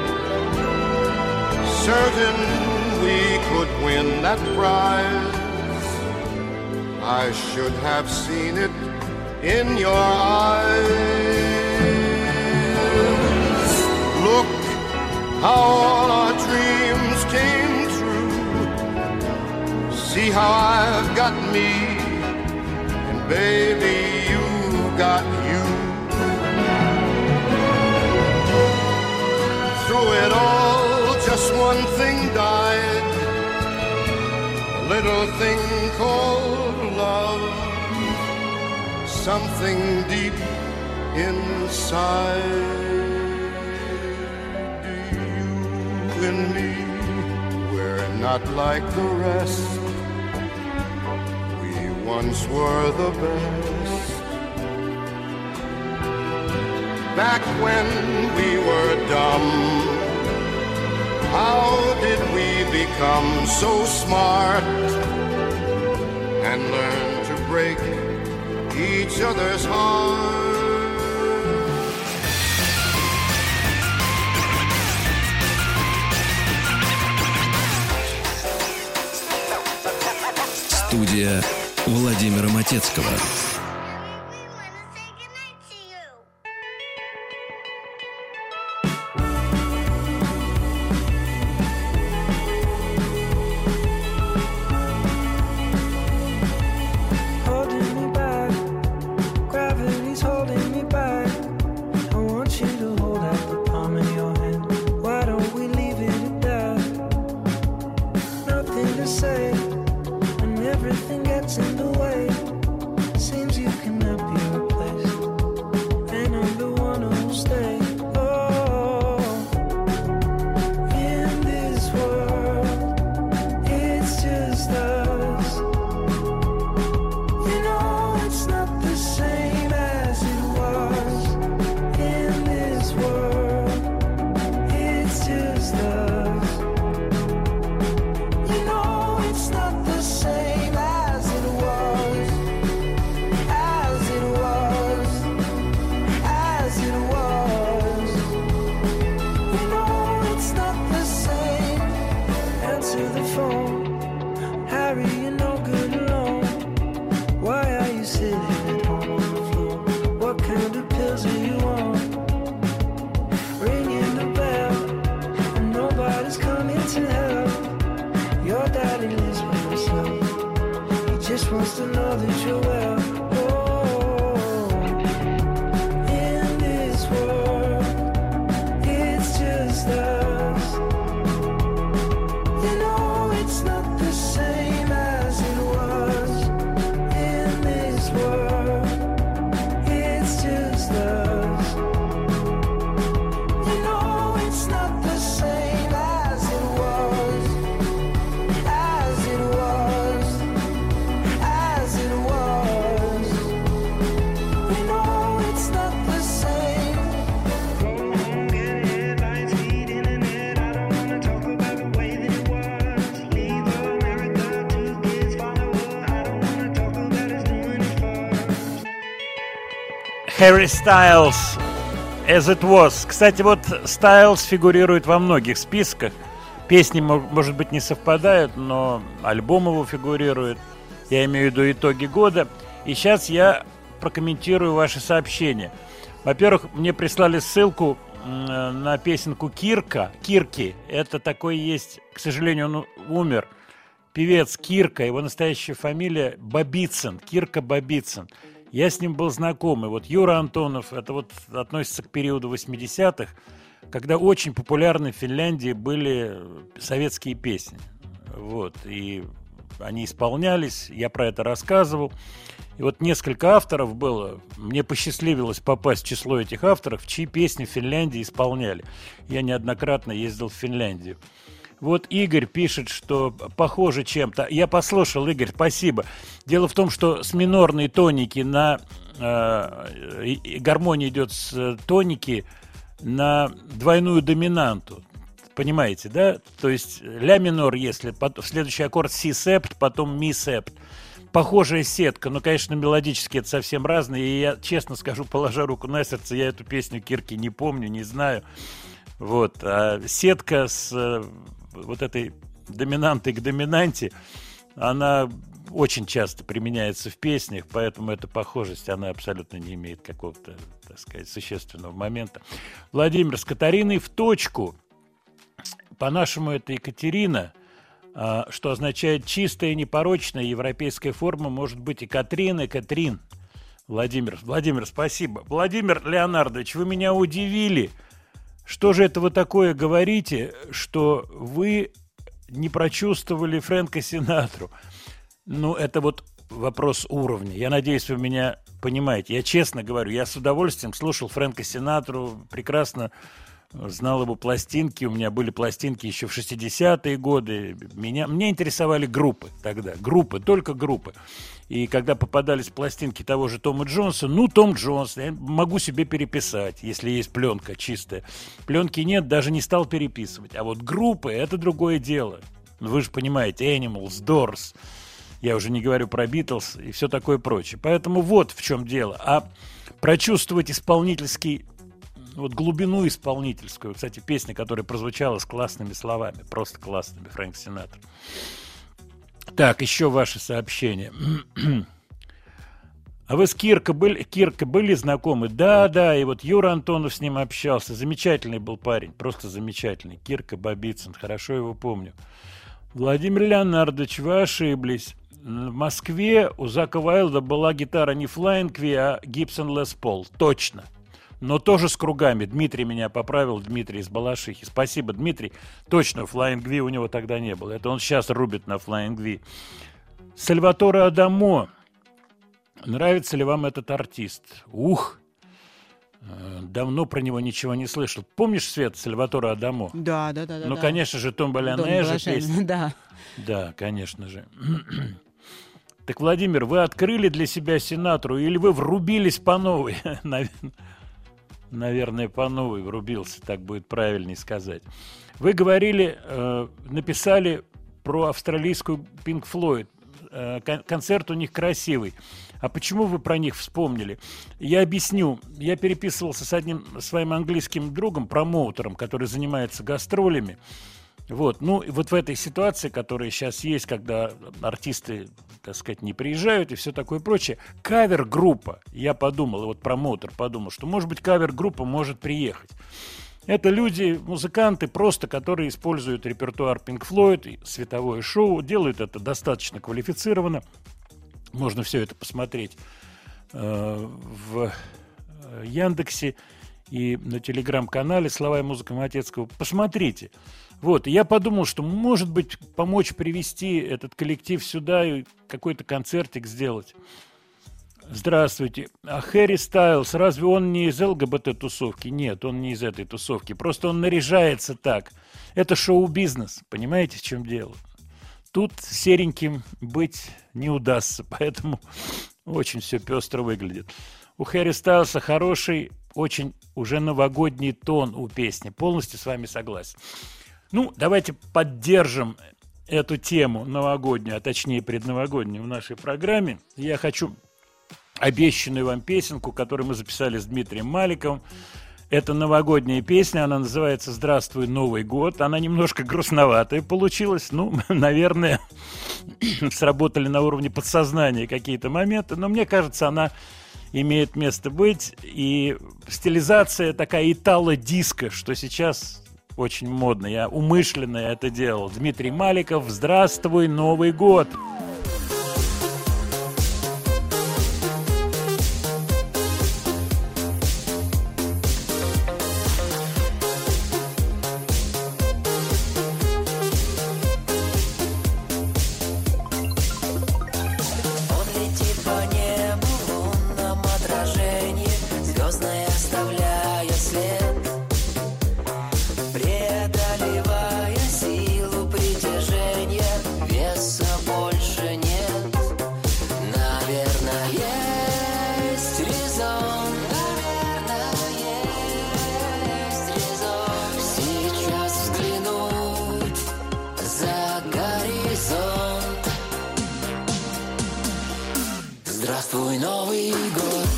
Speaker 6: certain we could win that prize. I should have seen it in your eyes. Look how all our dreams came true. See how I've got me, and baby, you got you. Through it all, just one thing died, a little thing called love, something deep inside. You and me, we're not like the rest. We once were the best. Back when we were dumb, how did we become so smart and learn to break each other's hearts?
Speaker 1: Студия Владимира Матецкого.
Speaker 7: Say, and everything gets in the way. Seems
Speaker 2: Harry Styles, As It Was. Кстати, вот Styles фигурирует во многих списках. Песни, может быть, не совпадают, но альбом его фигурирует. Я имею в виду итоги года. И сейчас я прокомментирую ваши сообщения. Во-первых, мне прислали ссылку на песенку Кирки. Это такой есть, к сожалению, он умер. Певец Кирка, его настоящая фамилия Бабицын, Кирка Бабицын. Я с ним был знаком. И вот Юра Антонов, это вот относится к периоду 80-х, когда очень популярны в Финляндии были советские песни. Вот. И они исполнялись, я про это рассказывал. И вот несколько авторов было. Мне посчастливилось попасть в число этих авторов, чьи песни в Финляндии исполняли. Я неоднократно ездил в Финляндию. Вот Игорь пишет, что похоже чем-то. Я послушал, Игорь, спасибо. Дело в том, что с минорной тоники на... гармония идет с тоники на двойную доминанту. Понимаете, да? То есть ля минор, если следующий аккорд си септ, потом ми септ. Похожая сетка, но, конечно, мелодически это совсем разные. И я, честно скажу, положа руку на сердце, я эту песню Кирки не помню, не знаю. Вот. А сетка с вот этой доминантой к доминанте, она очень часто применяется в песнях, поэтому эта похожесть, она абсолютно не имеет какого-то, так сказать, существенного момента. Владимир, с Катариной в точку. По-нашему это Екатерина, что означает чистая, непорочная европейская форма, может быть и Катрин, и Катрин. Владимир, спасибо. Владимир Леонардович, вы меня удивили. Что же это вы такое говорите, что вы не прочувствовали Фрэнка Синатру? Ну, это вот вопрос уровня. Я надеюсь, вы меня понимаете. Я честно говорю, я с удовольствием слушал Фрэнка Синатру, прекрасно знал его пластинки. У меня были пластинки еще в 60-е годы. Меня интересовали группы тогда. Только группы. И когда попадались пластинки того же Тома Джонса, Том Джонс, я могу себе переписать, если есть пленка чистая. Пленки нет, даже не стал переписывать. А вот группы – это другое дело. Вы же понимаете, Animals, Doors, я уже не говорю про Beatles и все такое прочее. Поэтому вот в чем дело. А прочувствовать исполнительский, вот глубину исполнительскую, кстати, песня, которая прозвучала с классными словами, просто классными, Фрэнк Синатра. Так, еще ваши сообщения. А вы с Киркой были знакомы? Да, и вот Юра Антонов с ним общался. Замечательный был парень, просто замечательный. Кирка Бабицын, хорошо его помню. Владимир Леонардович, вы ошиблись. В Москве у Зака Уайлда была гитара не Flying V, а Gibson Les Paul. Точно. Но тоже с кругами. Дмитрий меня поправил, Дмитрий из Балашихи. Спасибо, Дмитрий. Точно, Flying V у него тогда не было. Это он сейчас рубит на Flying V. Сальваторе Адамо. Нравится ли вам этот артист? Давно про него ничего не слышал. Помнишь, Свет, Сальваторе Адамо?
Speaker 3: Да.
Speaker 2: Ну, конечно же, Томба Ля-Неже.
Speaker 3: Да.
Speaker 2: Да, конечно же. Так, Владимир, вы открыли для себя Синатру или вы врубились по новой? Наверное, по новой врубился, так будет правильнее сказать. Вы говорили, написали про австралийскую Pink Floyd. Концерт у них красивый. А почему вы про них вспомнили? Я объясню. Я переписывался с одним своим английским другом, промоутером, который занимается гастролями. Вот. Ну, и вот в этой ситуации, которая сейчас есть, когда артисты, так сказать, не приезжают и все такое прочее, кавер-группа, я подумал, и вот промоутер подумал, что, может быть, кавер-группа может приехать. Это люди, музыканты просто, которые используют репертуар Pink Floyd, световое шоу, делают это достаточно квалифицированно. Можно все это посмотреть в Яндексе и на телеграм-канале «Слова и музыка Матецкого». Посмотрите. Вот, и я подумал, что, может быть, помочь привести этот коллектив сюда и какой-то концертик сделать. Здравствуйте. А Хэри Стайлз, разве он не из ЛГБТ-тусовки? Нет, он не из этой тусовки. Просто он наряжается так. Это шоу-бизнес. Понимаете, в чем дело? Тут сереньким быть не удастся, поэтому очень все пестро выглядит. У Хэри Стайлза хороший, очень уже новогодний тон у песни. Полностью с вами согласен. Ну, давайте поддержим эту тему новогоднюю, а точнее предновогоднюю в нашей программе. Я хочу обещанную вам песенку, которую мы записали с Дмитрием Маликовым. Это новогодняя песня, она называется «Здравствуй, Новый год». Она немножко грустноватая получилась. Ну, наверное, сработали на уровне подсознания какие-то моменты, но мне кажется, она имеет место быть. И стилизация такая итало-диско, что сейчас очень модно. Я умышленно это делал. Дмитрий Маликов, «Здравствуй, Новый год».
Speaker 7: Здравствуй, Новый год.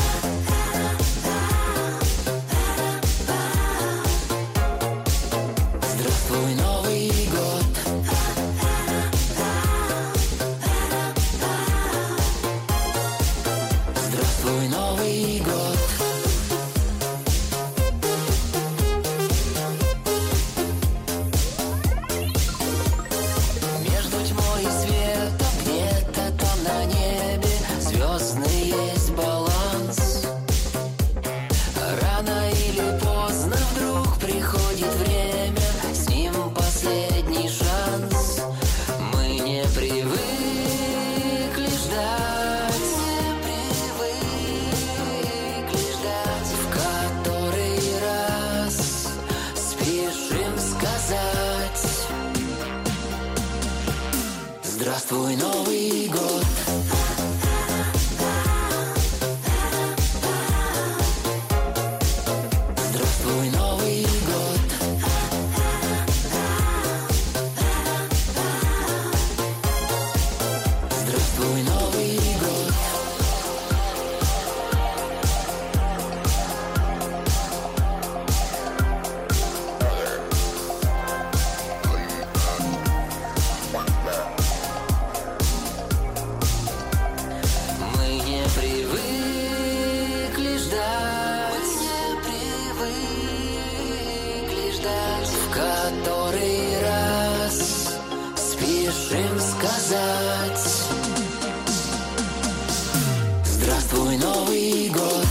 Speaker 7: Здравствуй, Новый год. Здравствуй, Новый год. Между тьмой и светом где-то там на небе звездный есть баланс. Рано или поздно вдруг приходит время, с ним последний шанс. Мы не привыкли ждать, в который раз спешим сказать: здравствуй, Новый год. Здравствуй, Новый год. Здравствуй, Новый год. Мы не привыкли ждать, в который раз спешим сказать: здравствуй, Новый год.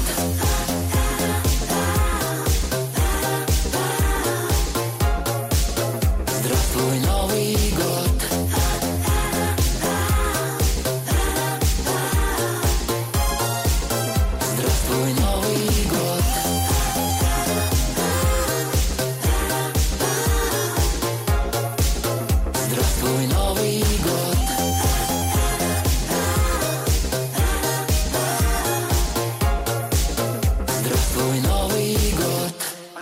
Speaker 7: Здравствуй, Новый год. Здравствуй, Новый год. Здравствуй, Новый год. Здравствуй, Новый год.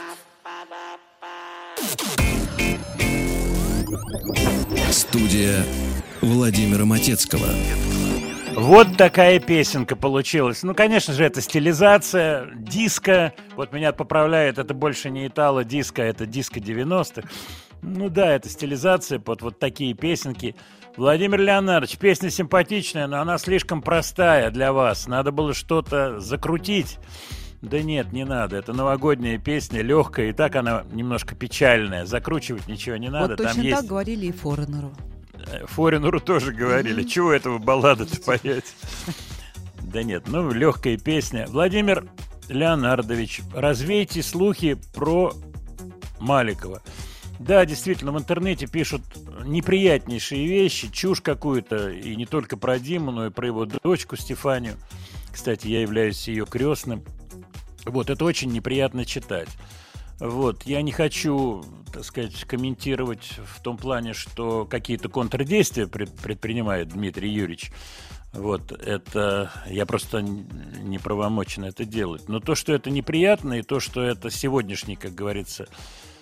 Speaker 1: Студия Владимира Матецкого.
Speaker 2: Вот такая песенка получилась. Ну, конечно же, это стилизация, диско. Вот меня поправляет, это больше не итало-диско, это диско 90-х. Ну да, это стилизация под вот такие песенки. Владимир Леонардович, песня симпатичная, но она слишком простая для вас. Надо было что-то закрутить. Да нет, не надо. Это новогодняя песня, легкая, и так она немножко печальная. Закручивать ничего не надо.
Speaker 3: Вот точно
Speaker 2: там есть...
Speaker 3: так говорили и Форенеру.
Speaker 2: Форенеру тоже говорили. Чего этого баллада-то поять? Да нет, ну, легкая песня. Владимир Леонардович, развейте слухи про Маликова. Да, действительно, в интернете пишут неприятнейшие вещи, чушь какую-то, и не только про Диму, но и про его дочку Стефанию. Кстати, я являюсь ее крестным. Вот, это очень неприятно читать. Вот, я не хочу, так сказать, комментировать в том плане, что какие-то контрдействия предпринимает Дмитрий Юрьевич. Вот, это... Я просто не правомочен это делать. Но то, что это неприятно, и то, что это сегодняшний, как говорится,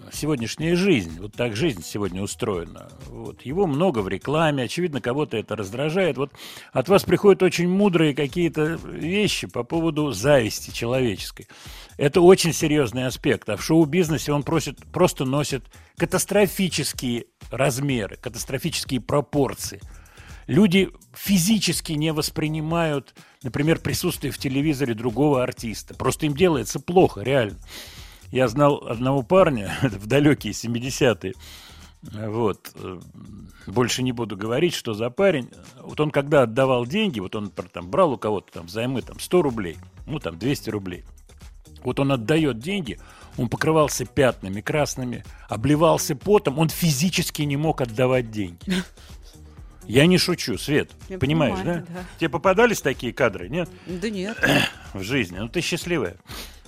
Speaker 2: сегодняшняя жизнь. Вот так жизнь сегодня устроена. Вот. Его много в рекламе. Очевидно, кого-то это раздражает. Вот от вас приходят очень мудрые какие-то вещи по поводу зависти человеческой. Это очень серьезный аспект. А в шоу-бизнесе он просто носит катастрофические размеры, катастрофические пропорции. Люди физически не воспринимают, например, присутствие в телевизоре другого артиста. Просто им делается плохо, реально. Я знал одного парня в далекие 70-е. Вот. Больше не буду говорить, что за парень. Вот он когда отдавал деньги, вот он там брал у кого-то там взаймы там, 100 рублей, ну там 200 рублей. Вот он отдает деньги, он покрывался пятнами красными, обливался потом, он физически не мог отдавать деньги. Я не шучу, Свет,
Speaker 3: Я
Speaker 2: понимаешь,
Speaker 3: понимаю,
Speaker 2: да?
Speaker 3: да.
Speaker 2: Тебе попадались такие кадры, нет?
Speaker 3: Да нет.
Speaker 2: В жизни. Ну, ты счастливая.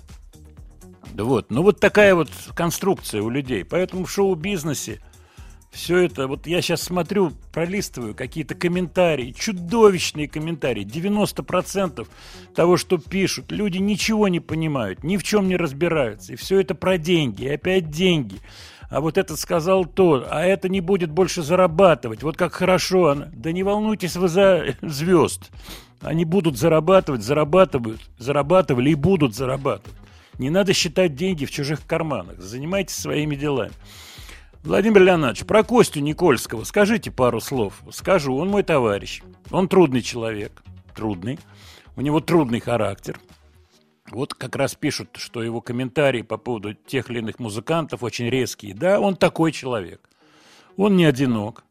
Speaker 2: Да вот. Ну, вот такая вот конструкция у людей. Поэтому в шоу-бизнесе все это... Вот я сейчас смотрю, пролистываю какие-то комментарии, чудовищные комментарии. 90% того, что пишут, люди ничего не понимают, ни в чем не разбираются. И все это про деньги, и опять деньги. А вот этот сказал то, а это не будет больше зарабатывать. Вот как хорошо она. Да не волнуйтесь вы за звезд. Они будут зарабатывать, зарабатывали и будут зарабатывать. Не надо считать деньги в чужих карманах. Занимайтесь своими делами. Владимир Леонидович, про Костю Никольского скажите пару слов. Скажу, он мой товарищ. Он трудный человек. Трудный. У него трудный характер. Вот как раз пишут, что его комментарии по поводу тех или иных музыкантов очень резкие. Да, он такой человек. Он не одинок.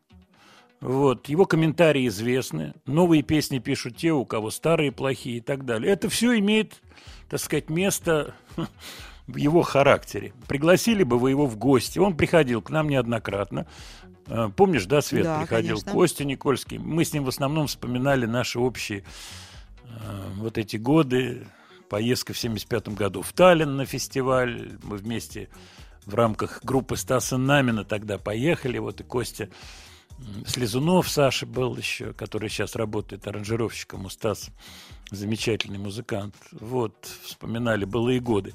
Speaker 2: Вот. Его комментарии известны. Новые песни пишут те, у кого старые плохие и так далее. Это все имеет, так сказать, место в его характере. Пригласили бы вы его в гости. Он приходил к нам неоднократно. Помнишь, да, Свет,
Speaker 3: да,
Speaker 2: приходил?
Speaker 3: Конечно.
Speaker 2: Костя Никольский. Мы с ним в основном вспоминали наши общие вот эти годы. Поездка в 1975 году в Таллин на фестиваль. Мы вместе в рамках группы Стаса Намина тогда поехали. Вот и Костя Слезунов, Саша был еще, который сейчас работает аранжировщиком у Стаса. Замечательный музыкант. Вот, вспоминали былые годы.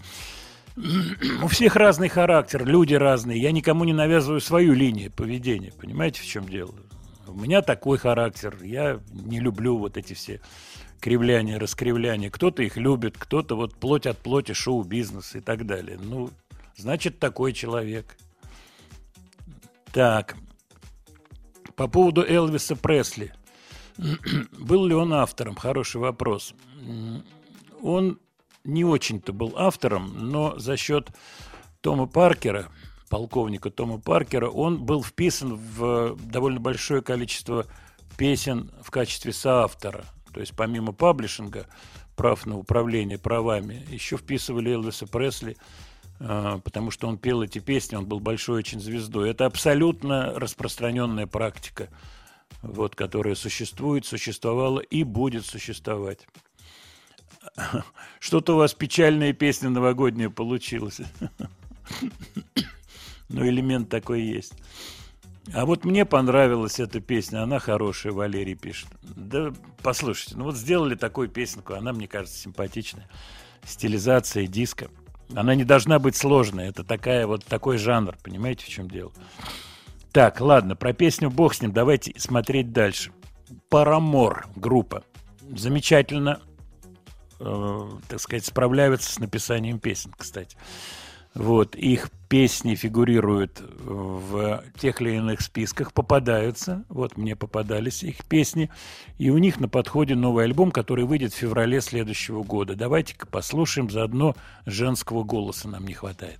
Speaker 2: У всех разный характер, люди разные. Я никому не навязываю свою линию поведения. Понимаете, в чем дело? У меня такой характер. Я не люблю вот эти все кривляния, раскривляния. Кто-то их любит, кто-то вот плоть от плоти, шоу-бизнес и так далее. Ну, значит, такой человек. Так. По поводу Элвиса Пресли. Был ли он автором? Хороший вопрос. Он не очень-то был автором, но за счет Тома Паркера, полковника Тома Паркера, он был вписан в довольно большое количество песен в качестве соавтора. То есть помимо паблишинга, прав на управление правами, еще вписывали Элвиса Пресли, потому что он пел эти песни, он был большой очень звездой. Это абсолютно распространенная практика, вот, которая существует, существовала и будет существовать. Что-то у вас печальная песня новогодняя получилась. Ну, элемент такой есть. А вот мне понравилась эта песня, она хорошая, Валерий пишет. Да, послушайте, ну вот сделали такую песенку, она, мне кажется, симпатичная. Стилизация диско. Она не должна быть сложной, это такой жанр, понимаете, в чем дело? Так, ладно, про песню бог с ним, давайте смотреть дальше. Paramore группа. Замечательно, так сказать, справляются с написанием песен, кстати. Вот, их песни фигурируют в тех или иных списках, попадаются. Вот, мне попадались их песни. И у них на подходе новый альбом, который выйдет в феврале следующего года. Давайте-ка послушаем, заодно женского голоса нам не хватает.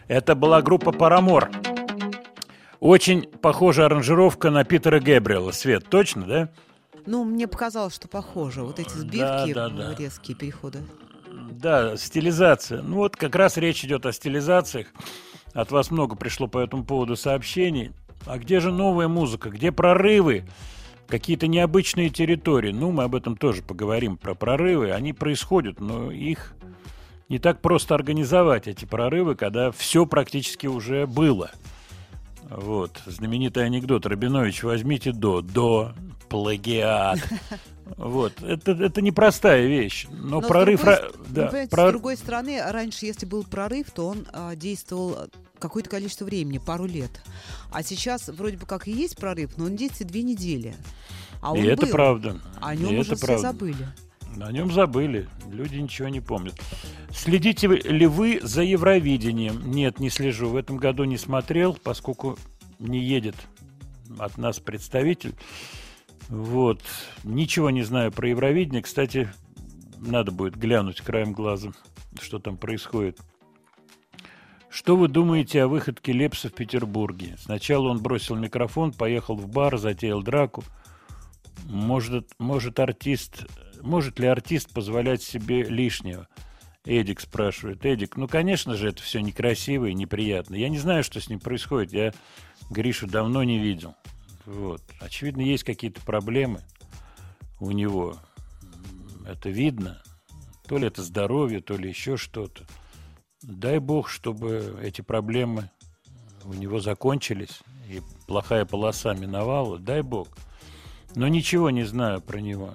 Speaker 2: Это была группа «Парамор». Очень похожая аранжировка на Питера Гэбриэла. Свет, точно, да?
Speaker 3: Ну, мне показалось, что похоже. Вот эти сбивки, резкие переходы.
Speaker 2: Да, стилизация. Ну вот как раз речь идет о стилизациях. От вас много пришло по этому поводу сообщений. А где же новая музыка? Где прорывы? Какие-то необычные территории. Ну, мы об этом тоже поговорим, про прорывы. Они происходят, но их не так просто организовать, эти прорывы, когда все практически уже было. Вот, знаменитый анекдот. Рабинович, возьмите до, плагиат. Вот, это непростая вещь. Но прорыв...
Speaker 3: С другой стороны, раньше, если был прорыв, то он действовал какое-то количество времени, пару лет. А сейчас вроде бы как и есть прорыв, но он действует 2 недели. А он
Speaker 2: это
Speaker 3: был.
Speaker 2: Правда.
Speaker 3: О нем уже все забыли.
Speaker 2: О нем забыли. Люди ничего не помнят. Следите ли вы за Евровидением? Нет, не слежу. В этом году не смотрел, поскольку не едет от нас представитель. Вот. Ничего не знаю про Евровидение. Кстати, надо будет глянуть краем глаза, что там происходит. Что вы думаете о выходке Лепса в Петербурге? Сначала он бросил микрофон, поехал в бар, затеял драку. Может ли артист позволять себе лишнего? Эдик спрашивает. Эдик, ну, конечно же, это все некрасиво и неприятно. Я не знаю, что с ним происходит. Я Гришу давно не видел. Вот. Очевидно, есть какие-то проблемы у него. Это видно. То ли это здоровье, то ли еще что-то. Дай бог, чтобы эти проблемы у него закончились и плохая полоса миновала. Дай бог. Но ничего не знаю про него.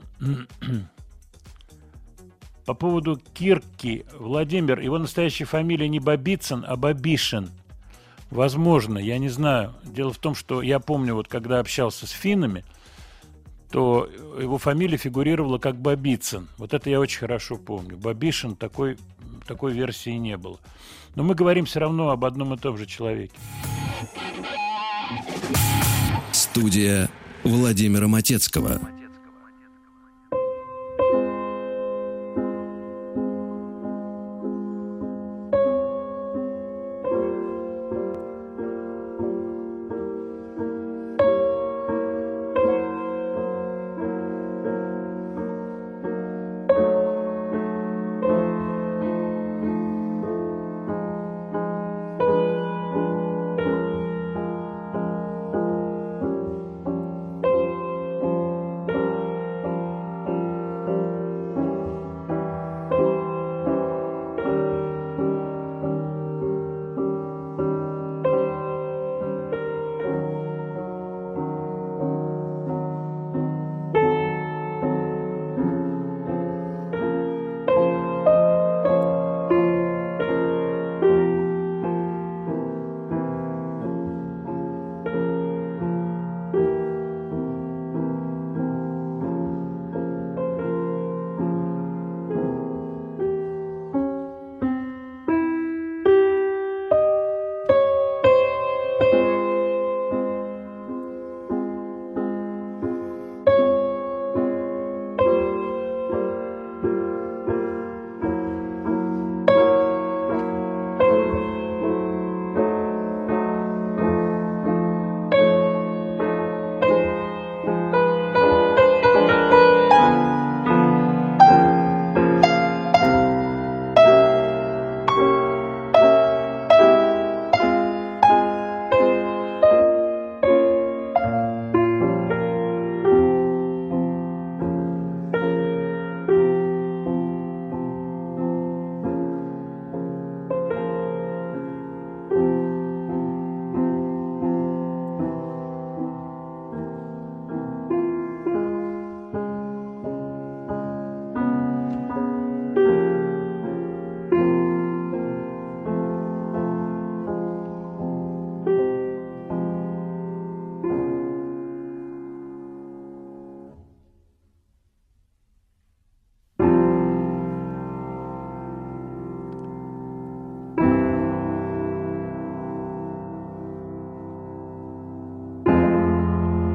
Speaker 2: По поводу Кирки. Владимир, его настоящая фамилия не Бабицын, а Бабишин. Возможно, я не знаю. Дело в том, что я помню, вот когда общался с финнами, то его фамилия фигурировала как Бабицын. Вот это я очень хорошо помню. Бабишин, такой версии не было. Но мы говорим все равно об одном и том же человеке.
Speaker 1: Студия Владимира Матецкого.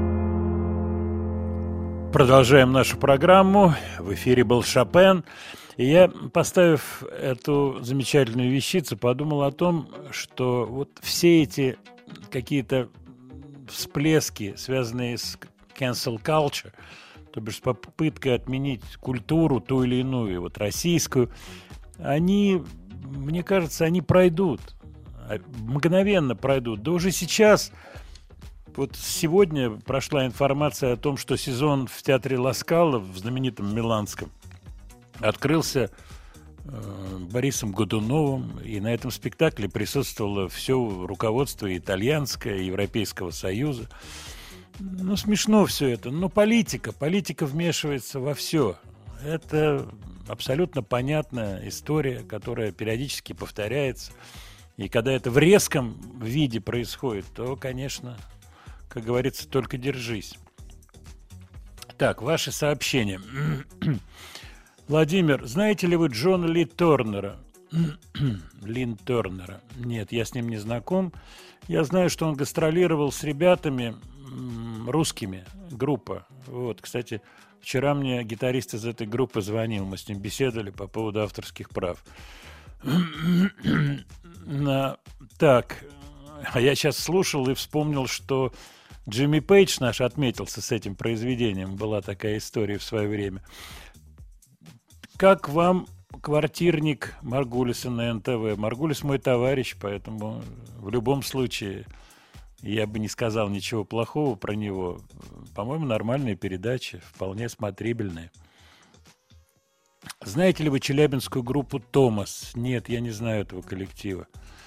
Speaker 2: Продолжаем нашу программу. В эфире был Шопен. И я, поставив эту замечательную вещицу, подумал о том, что вот все эти какие-то всплески, связанные с cancel culture, то бишь с попыткой отменить культуру, ту или иную, вот российскую, они, мне кажется, они пройдут, мгновенно пройдут. Да уже сейчас, вот сегодня прошла информация о том, что сезон в театре Ла Скала, в знаменитом Миланском, открылся Борисом Годуновым, и на этом спектакле присутствовало все руководство итальянское, Европейского Союза. Ну, смешно все это, но политика вмешивается во все. Это абсолютно понятная история, которая периодически повторяется. И когда это в резком виде происходит, то, конечно, как говорится, только держись. Так, ваши сообщения. Владимир, знаете ли вы Джона Ли Торнера? Лин Торнера. Нет, я с ним не знаком. Я знаю, что он гастролировал с ребятами русскими, группа. Вот, кстати, вчера мне гитарист из этой группы звонил, мы с ним беседовали по поводу авторских прав. Так, а я сейчас слушал и вспомнил, что Джимми Пейдж наш отметился с этим произведением. Была такая история в свое время. Как вам квартирник Маргулиса на НТВ? Маргулис мой товарищ, поэтому в любом случае я бы не сказал ничего плохого про него. По-моему, нормальные передачи, вполне смотрибельные. Знаете ли вы челябинскую группу «Томас»? Нет, я не знаю этого коллектива.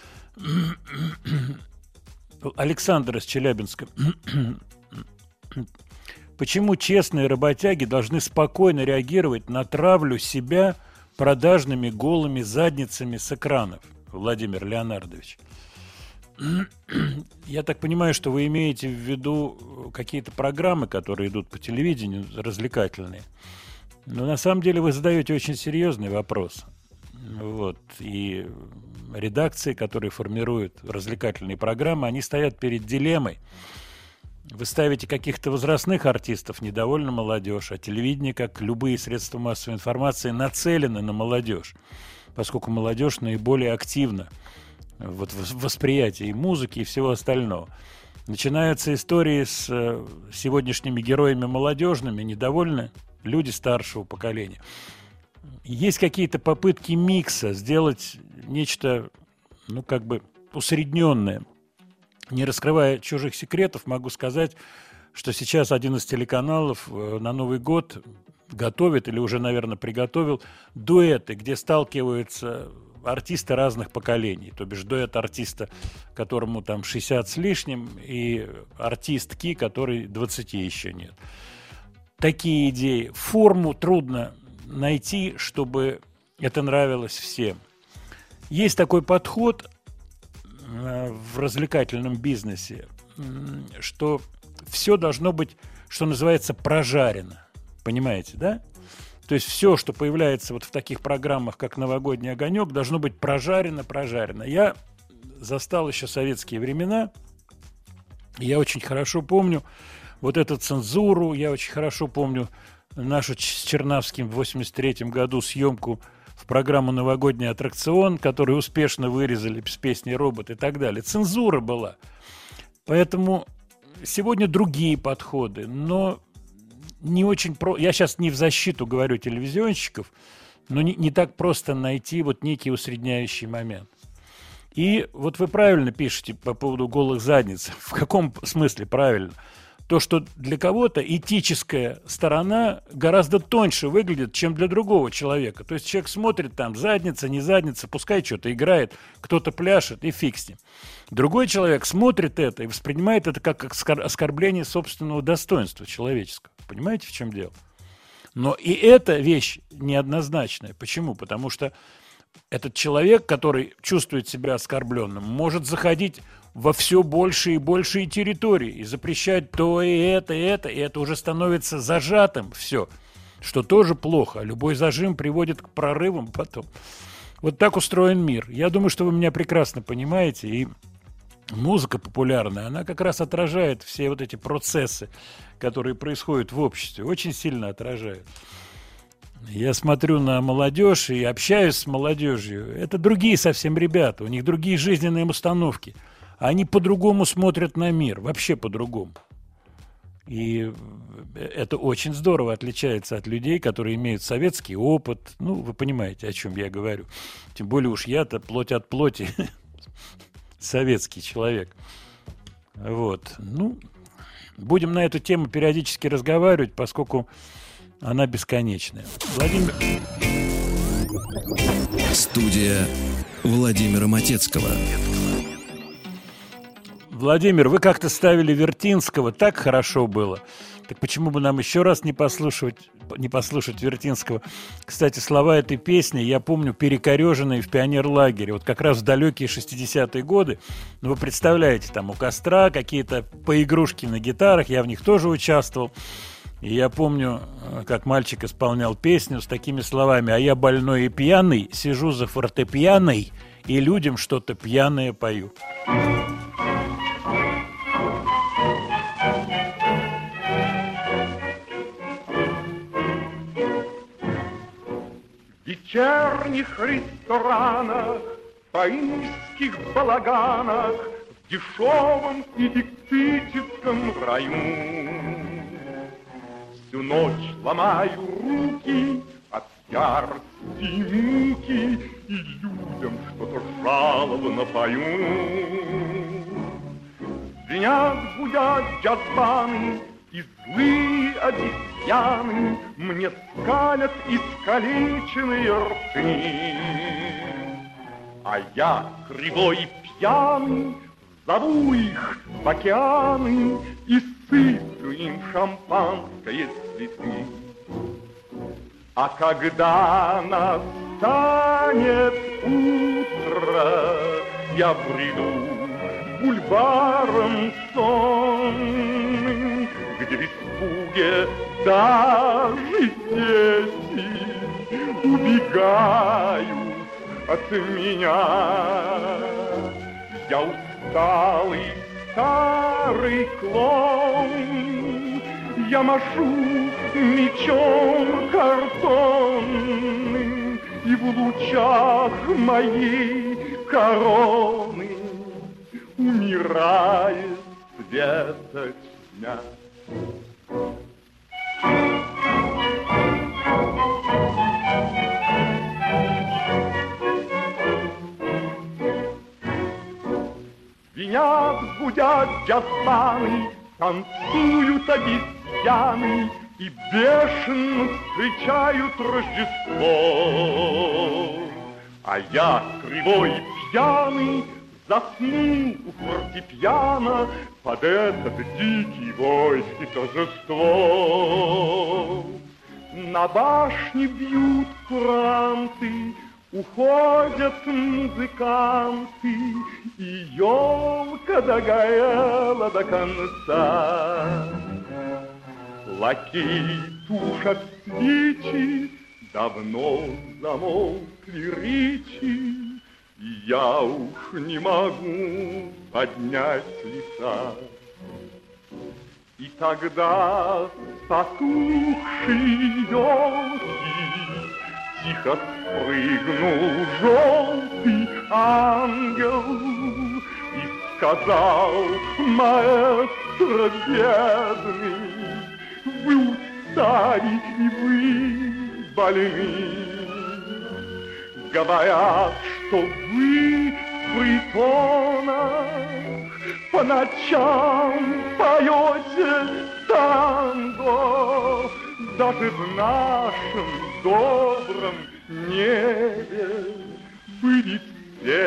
Speaker 2: Александр из Челябинска. Почему честные работяги должны спокойно реагировать на травлю себя продажными голыми задницами с экранов? Владимир Леонардович. Я так понимаю, что вы имеете в виду какие-то программы, которые идут по телевидению, развлекательные. Но на самом деле вы задаете очень серьезный вопрос. Вот. И редакции, которые формируют развлекательные программы, они стоят перед дилеммой. Вы ставите каких-то возрастных артистов, недовольна молодежь, а телевидение, как любые средства массовой информации, нацелены на молодежь, поскольку молодежь наиболее активна вот в восприятии и музыки, и всего остального. Начинаются истории с сегодняшними героями молодежными, недовольны люди старшего поколения. Есть какие-то попытки микса, сделать нечто, ну, как бы усредненное. Не раскрывая чужих секретов, могу сказать, что сейчас один из телеканалов на Новый год готовит, или уже, наверное, приготовил, дуэты, где сталкиваются артисты разных поколений. То бишь дуэт артиста, которому там 60 с лишним, и артистки, которой 20 еще нет. Такие идеи. Форму трудно найти, чтобы это нравилось всем. Есть такой подход в развлекательном бизнесе, что все должно быть, что называется, прожарено. Понимаете, да? То есть все, что появляется вот в таких программах, как «Новогодний огонек», должно быть прожарено. Я застал еще советские времена. Я очень хорошо помню вот эту цензуру. Я очень хорошо помню нашу с Чернавским в 1983 году съемку в программу «Новогодний аттракцион», которую успешно вырезали с песней «Робот» и так далее. Цензура была. Поэтому сегодня другие подходы, но не очень я сейчас не в защиту говорю телевизионщиков, но не так просто найти вот некий усредняющий момент. И вот вы правильно пишете по поводу голых задниц. В каком смысле правильно? То, что для кого-то этическая сторона гораздо тоньше выглядит, чем для другого человека. То есть человек смотрит там, задница, не задница, пускай что-то играет, кто-то пляшет, и фиг с ним. Другой человек смотрит это и воспринимает это как оскорбление собственного достоинства человеческого. Понимаете, в чем дело? Но и эта вещь неоднозначная. Почему? Потому что этот человек, который чувствует себя оскорбленным, может заходить во все большие и большие территории и запрещать то и это уже становится зажатым все, что тоже плохо. Любой зажим приводит к прорывам потом. Вот так устроен мир. Я думаю, что вы меня прекрасно понимаете, и музыка популярная, она как раз отражает все вот эти процессы, которые происходят в обществе, очень сильно отражает. Я смотрю на молодежь и общаюсь с молодежью. Это другие совсем ребята, у них другие жизненные установки. Они по-другому смотрят на мир, вообще по-другому. И это очень здорово отличается от людей, которые имеют советский опыт. Ну, вы понимаете, о чем я говорю. Тем более уж я-то плоть от плоти советский человек. Вот. Ну, будем на эту тему периодически разговаривать, поскольку она бесконечная. Владимир...
Speaker 1: Студия Владимира Матецкого.
Speaker 2: Владимир, вы как-то ставили Вертинского, так хорошо было. Так почему бы нам еще раз не послушать Вертинского? Кстати, слова этой песни, я помню, перекореженные в пионерлагере. Вот как раз в далекие 60-е годы. Ну, вы представляете, там у костра какие-то поигрушки на гитарах, я в них тоже участвовал. И я помню, как мальчик исполнял песню с такими словами: «А я больной и пьяный, сижу за фортепианой и людям что-то пьяное пою».
Speaker 6: В вечерних ресторанах, парижских балаганах, в дешевом электрическом раю всю ночь ломаю руки от ярости и муки, и людям что-то жалобно пою. Звенят, гудят джаз-баны, и злые обезьяны мне скалят искалеченные рты. А я, кривой и пьяный, зову их в океаны и сыплю им шампанское цветы. А когда настанет утро, я бреду бульваром сонным, где в испуге даже дети убегают от меня. Я усталый старый клоун, я машу мечом картонным, и в лучах моей короны умирает светочня. Звенят, гудят джаз-баны, танцуют обезьяны и бешено встречают Рождество. А я, кривой и пьяный, заснул у фортепиано под этот дикий вой и торжество. На башне бьют куранты, уходят музыканты, и елка догорела до конца. Лакеи тушат свечи, давно замолкли речи, и я уж не могу поднять лица. И тогда с потухшей елки тихо спрыгнул желтый ангел и сказал: маэстро бедный, вы устали и вы больны. Говорят, что вы в притонах по ночам поете танго. Даже в нашем добром небе были все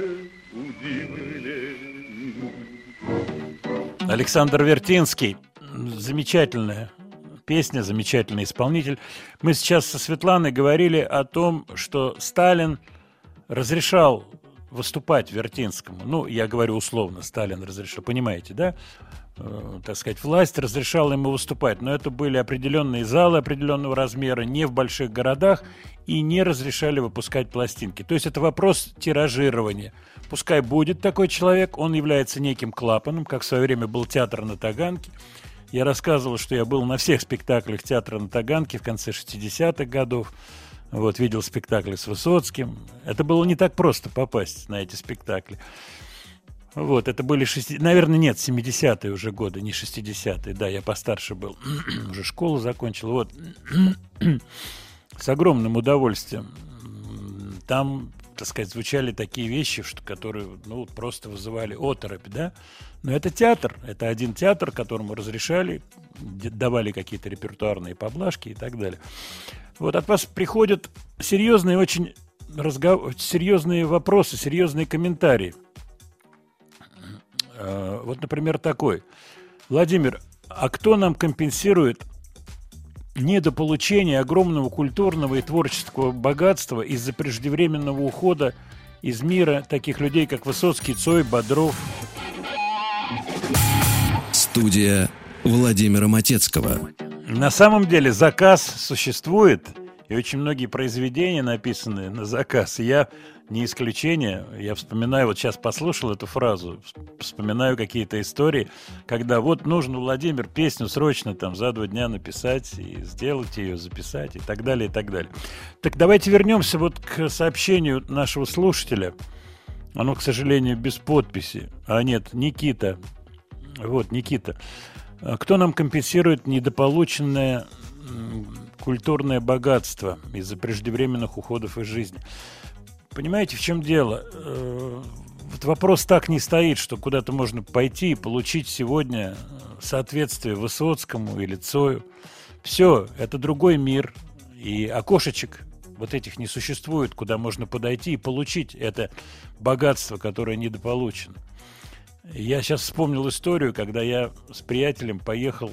Speaker 6: удивлены.
Speaker 2: Александр Вертинский. Замечательная песня, замечательный исполнитель. Мы сейчас со Светланой говорили о том, что Сталин разрешал выступать Вертинскому. Ну, я говорю условно, Сталин разрешил, понимаете, да? Так сказать, власть разрешала ему выступать, но это были определенные залы определенного размера, не в больших городах, и не разрешали выпускать пластинки. То есть это вопрос тиражирования. Пускай будет такой человек, он является неким клапаном, как в свое время был театр на Таганке, Я рассказывал, что я был на всех спектаклях театра на Таганке в конце 60-х годов. Вот, видел спектакли с Высоцким. Это было не так просто попасть на эти спектакли. Вот, это были, наверное, нет, 70-е уже годы, не 60-е. Да, я постарше был, уже школу закончил. Вот, с огромным удовольствием. Там, так сказать, звучали такие вещи, которые, ну, просто вызывали оторопь, да. Но это театр, это один театр, которому разрешали, давали какие-то репертуарные поблажки и так далее. Вот от вас приходят серьезные очень серьезные вопросы, серьезные комментарии. Вот, например, такой. Владимир, а кто нам компенсирует недополучение огромного культурного и творческого богатства из-за преждевременного ухода из мира таких людей, как Высоцкий, Цой, Бодров?
Speaker 1: Студия Владимира Матецкого.
Speaker 2: На самом деле заказ существует, и очень многие произведения написаны на заказ. И я не исключение. Я вспоминаю, вот сейчас послушал эту фразу, вспоминаю какие-то истории, когда вот нужно, Владимир, песню срочно там за 2 дня написать и сделать ее, записать и так далее, и так далее. Так давайте вернемся вот к сообщению нашего слушателя. Оно, к сожалению, без подписи. А нет, Никита. Вот, Никита. Кто нам компенсирует недополученное культурное богатство из-за преждевременных уходов из жизни? Понимаете, в чем дело? Вот вопрос так не стоит, что куда-то можно пойти и получить сегодня соответствие Высоцкому или Цою. Все, это другой мир. И окошечек вот этих не существует, куда можно подойти и получить это богатство, которое недополучено. Я сейчас вспомнил историю, когда я с приятелем поехал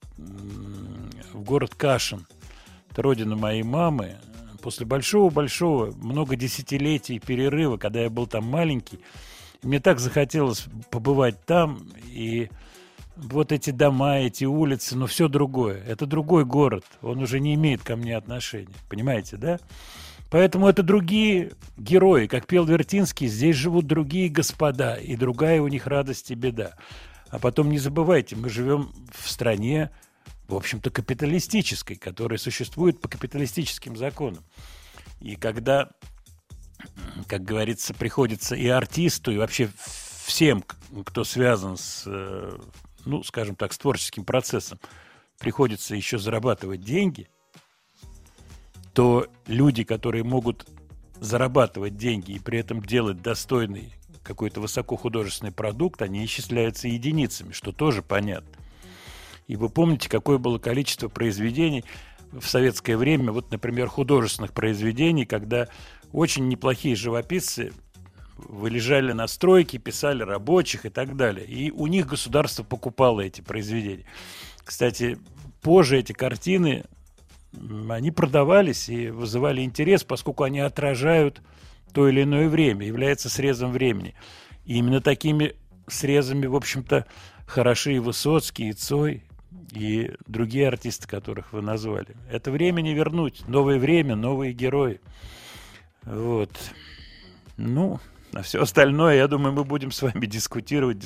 Speaker 2: в город Кашин. Это родина моей мамы. После большого-большого, много десятилетий перерыва, когда я был там маленький, мне так захотелось побывать там, и вот эти дома, эти улицы, но все другое. Это другой город, он уже не имеет ко мне отношения. Понимаете, да? Поэтому это другие герои. Как пел Вертинский, здесь живут другие господа, и другая у них радость и беда. А потом не забывайте, мы живем в стране, в общем-то, капиталистической, которая существует по капиталистическим законам. И когда, как говорится, приходится и артисту, и вообще всем, кто связан с, ну, скажем так, с творческим процессом, приходится еще зарабатывать деньги, то люди, которые могут зарабатывать деньги и при этом делать достойный какой-то высокохудожественный продукт, они исчисляются единицами, что тоже понятно. И вы помните, какое было количество произведений в советское время, вот, например, художественных произведений, когда очень неплохие живописцы вылежали на стройке, писали рабочих и так далее. И у них государство покупало эти произведения. Кстати, позже эти картины, они продавались и вызывали интерес, поскольку они отражают то или иное время, являются срезом времени. И именно такими срезами, в общем-то, хороши и Высоцкий, и Цой, и другие артисты, которых вы назвали. Это время не вернуть. Новое время, новые герои. Вот. Ну, а все остальное, я думаю, мы будем с вами дискутировать.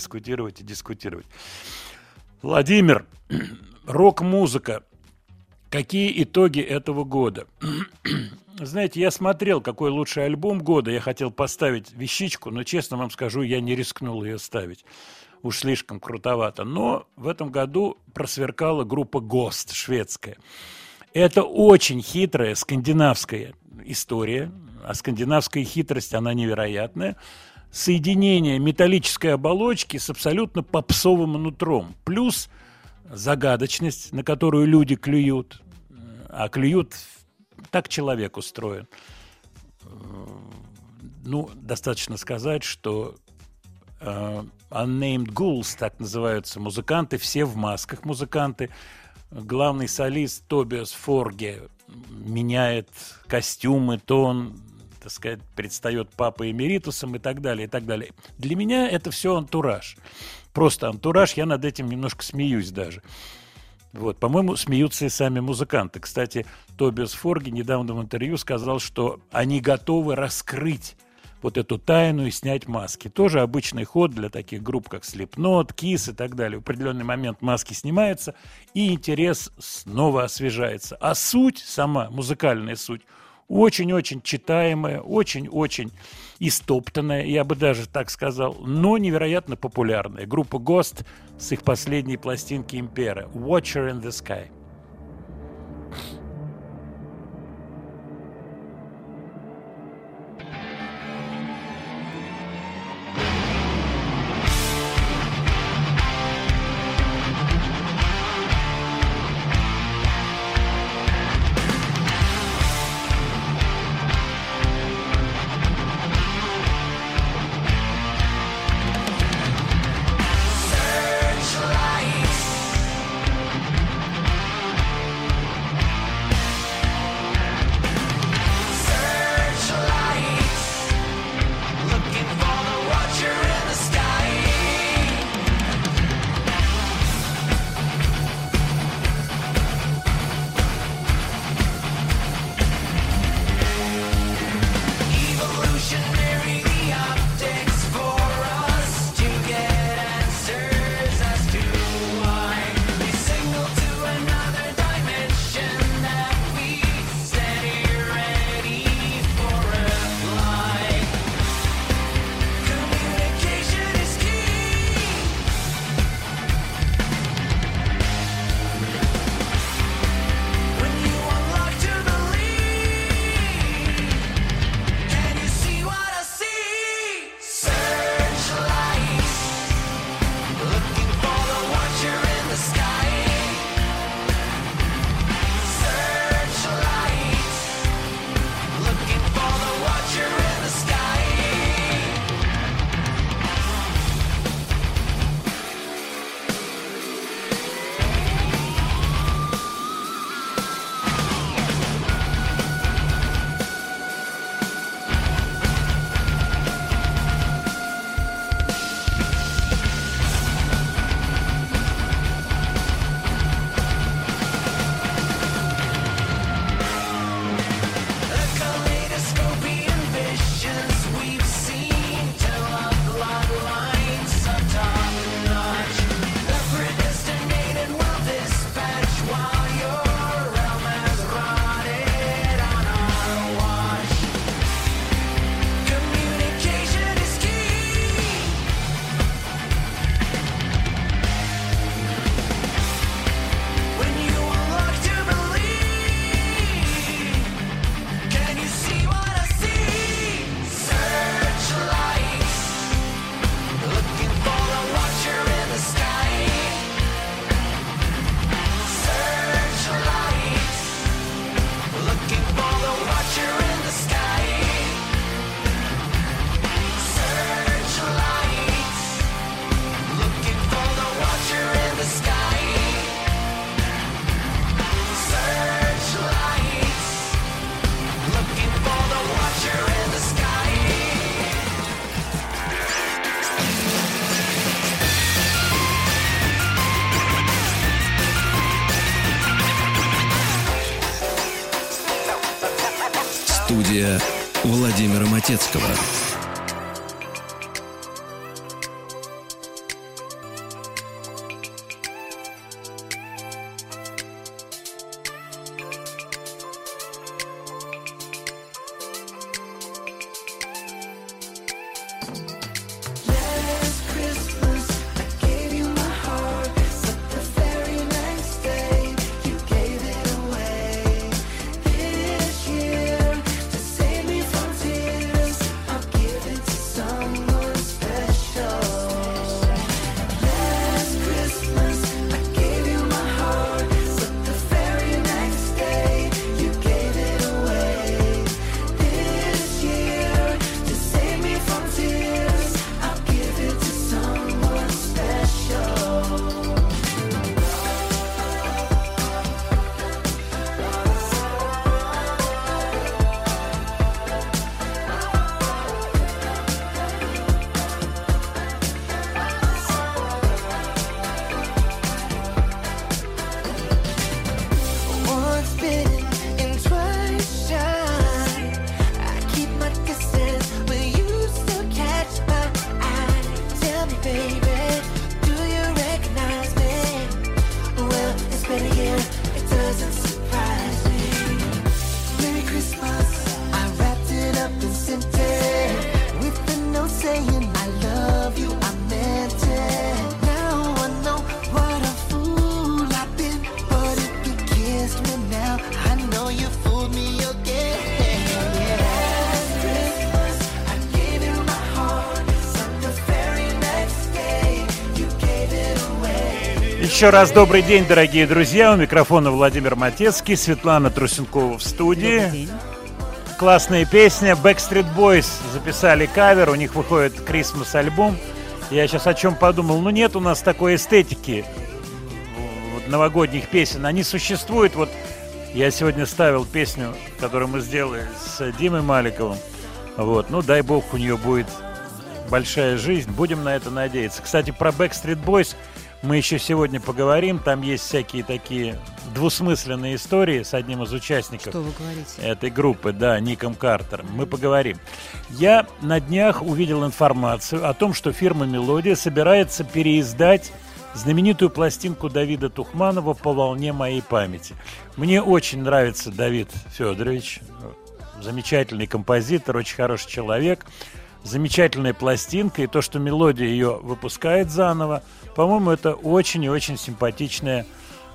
Speaker 2: Владимир, рок-музыка. Какие итоги этого года? Знаете, я смотрел, какой лучший альбом года. Я хотел поставить вещичку, но, честно вам скажу, я не рискнул ее ставить. Уж слишком крутовато. Но в этом году просверкала группа Ghost, шведская. Это очень хитрая скандинавская история. А скандинавская хитрость, она невероятная. Соединение металлической оболочки с абсолютно попсовым нутром. Плюс загадочность, на которую люди клюют. А клюют, так человек устроен. Ну, достаточно сказать, что Unnamed Ghouls, так называются музыканты, все в масках музыканты. Главный солист Тобиас Форге меняет костюмы, тон, так сказать, предстает папой эмеритусом и так далее, и так далее. Для меня это все антураж. Просто антураж, я над этим немножко смеюсь даже. Вот, по-моему, смеются и сами музыканты. Кстати, Тобиас Форге недавно в интервью сказал, что они готовы раскрыть вот эту тайну и снять маски. Тоже обычный ход для таких групп, как Slipknot, Kiss и так далее. В определенный момент маски снимаются, и интерес снова освежается. А суть сама, музыкальная суть, очень-очень читаемая, очень-очень истоптанная, я бы даже так сказал, но невероятно популярная. Группа Ghost с их последней пластинки Impera «Watcher in the Sky».
Speaker 1: Студия Владимира Матецкого.
Speaker 5: I'll give
Speaker 2: Еще раз добрый день, дорогие друзья. У микрофона Владимир Матецкий, Светлана Трусенкова в студии.
Speaker 3: Добрый день.
Speaker 2: Классная песня. Backstreet Boys записали кавер, у них выходит Christmas-альбом. Я сейчас о чем подумал. Ну, нет у нас такой эстетики вот, новогодних песен. Они существуют. Вот я сегодня ставил песню, которую мы сделали с Димой Маликовым. Вот. Ну, дай бог, у нее будет большая жизнь. Будем на это надеяться. Кстати, про Backstreet Boys мы еще сегодня поговорим. Там есть всякие такие двусмысленные истории с одним из участников.
Speaker 3: Что вы говорите?
Speaker 2: Этой группы, да, Ником Картером. Мы поговорим. Я на днях увидел информацию о том, что фирма «Мелодия» собирается переиздать знаменитую пластинку Давида Тухманова «По волне моей памяти». Мне очень нравится Давид Федорович. Замечательный композитор, очень хороший человек. Замечательная пластинка, и то, что «Мелодия» ее выпускает заново, по-моему, это очень и очень симпатичное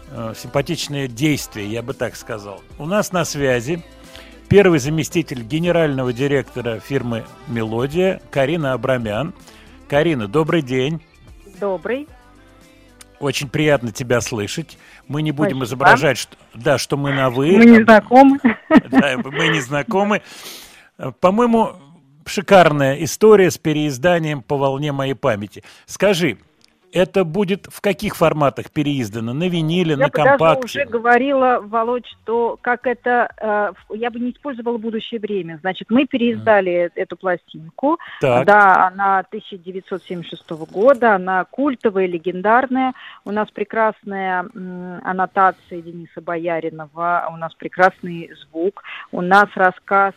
Speaker 2: действие, я бы так сказал. У нас на связи первый заместитель генерального директора фирмы «Мелодия» Карина Абрамян. Карина, добрый день.
Speaker 8: Добрый.
Speaker 2: Очень приятно тебя слышать. Мы не будем изображать, что мы на «вы».
Speaker 8: Мы не знакомы.
Speaker 2: Да, мы не знакомы. По-моему, шикарная история с переизданием «По волне моей памяти». Скажи, это будет в каких форматах переиздано? На виниле, на компакте?
Speaker 8: Я даже уже говорила, Володь, что как это... я бы не использовала будущее время. Значит, мы переиздали эту пластинку.
Speaker 2: Так.
Speaker 8: Да, она 1976 года, она культовая, легендарная. У нас прекрасная аннотация Дениса Бояринова, у нас прекрасный звук, у нас рассказ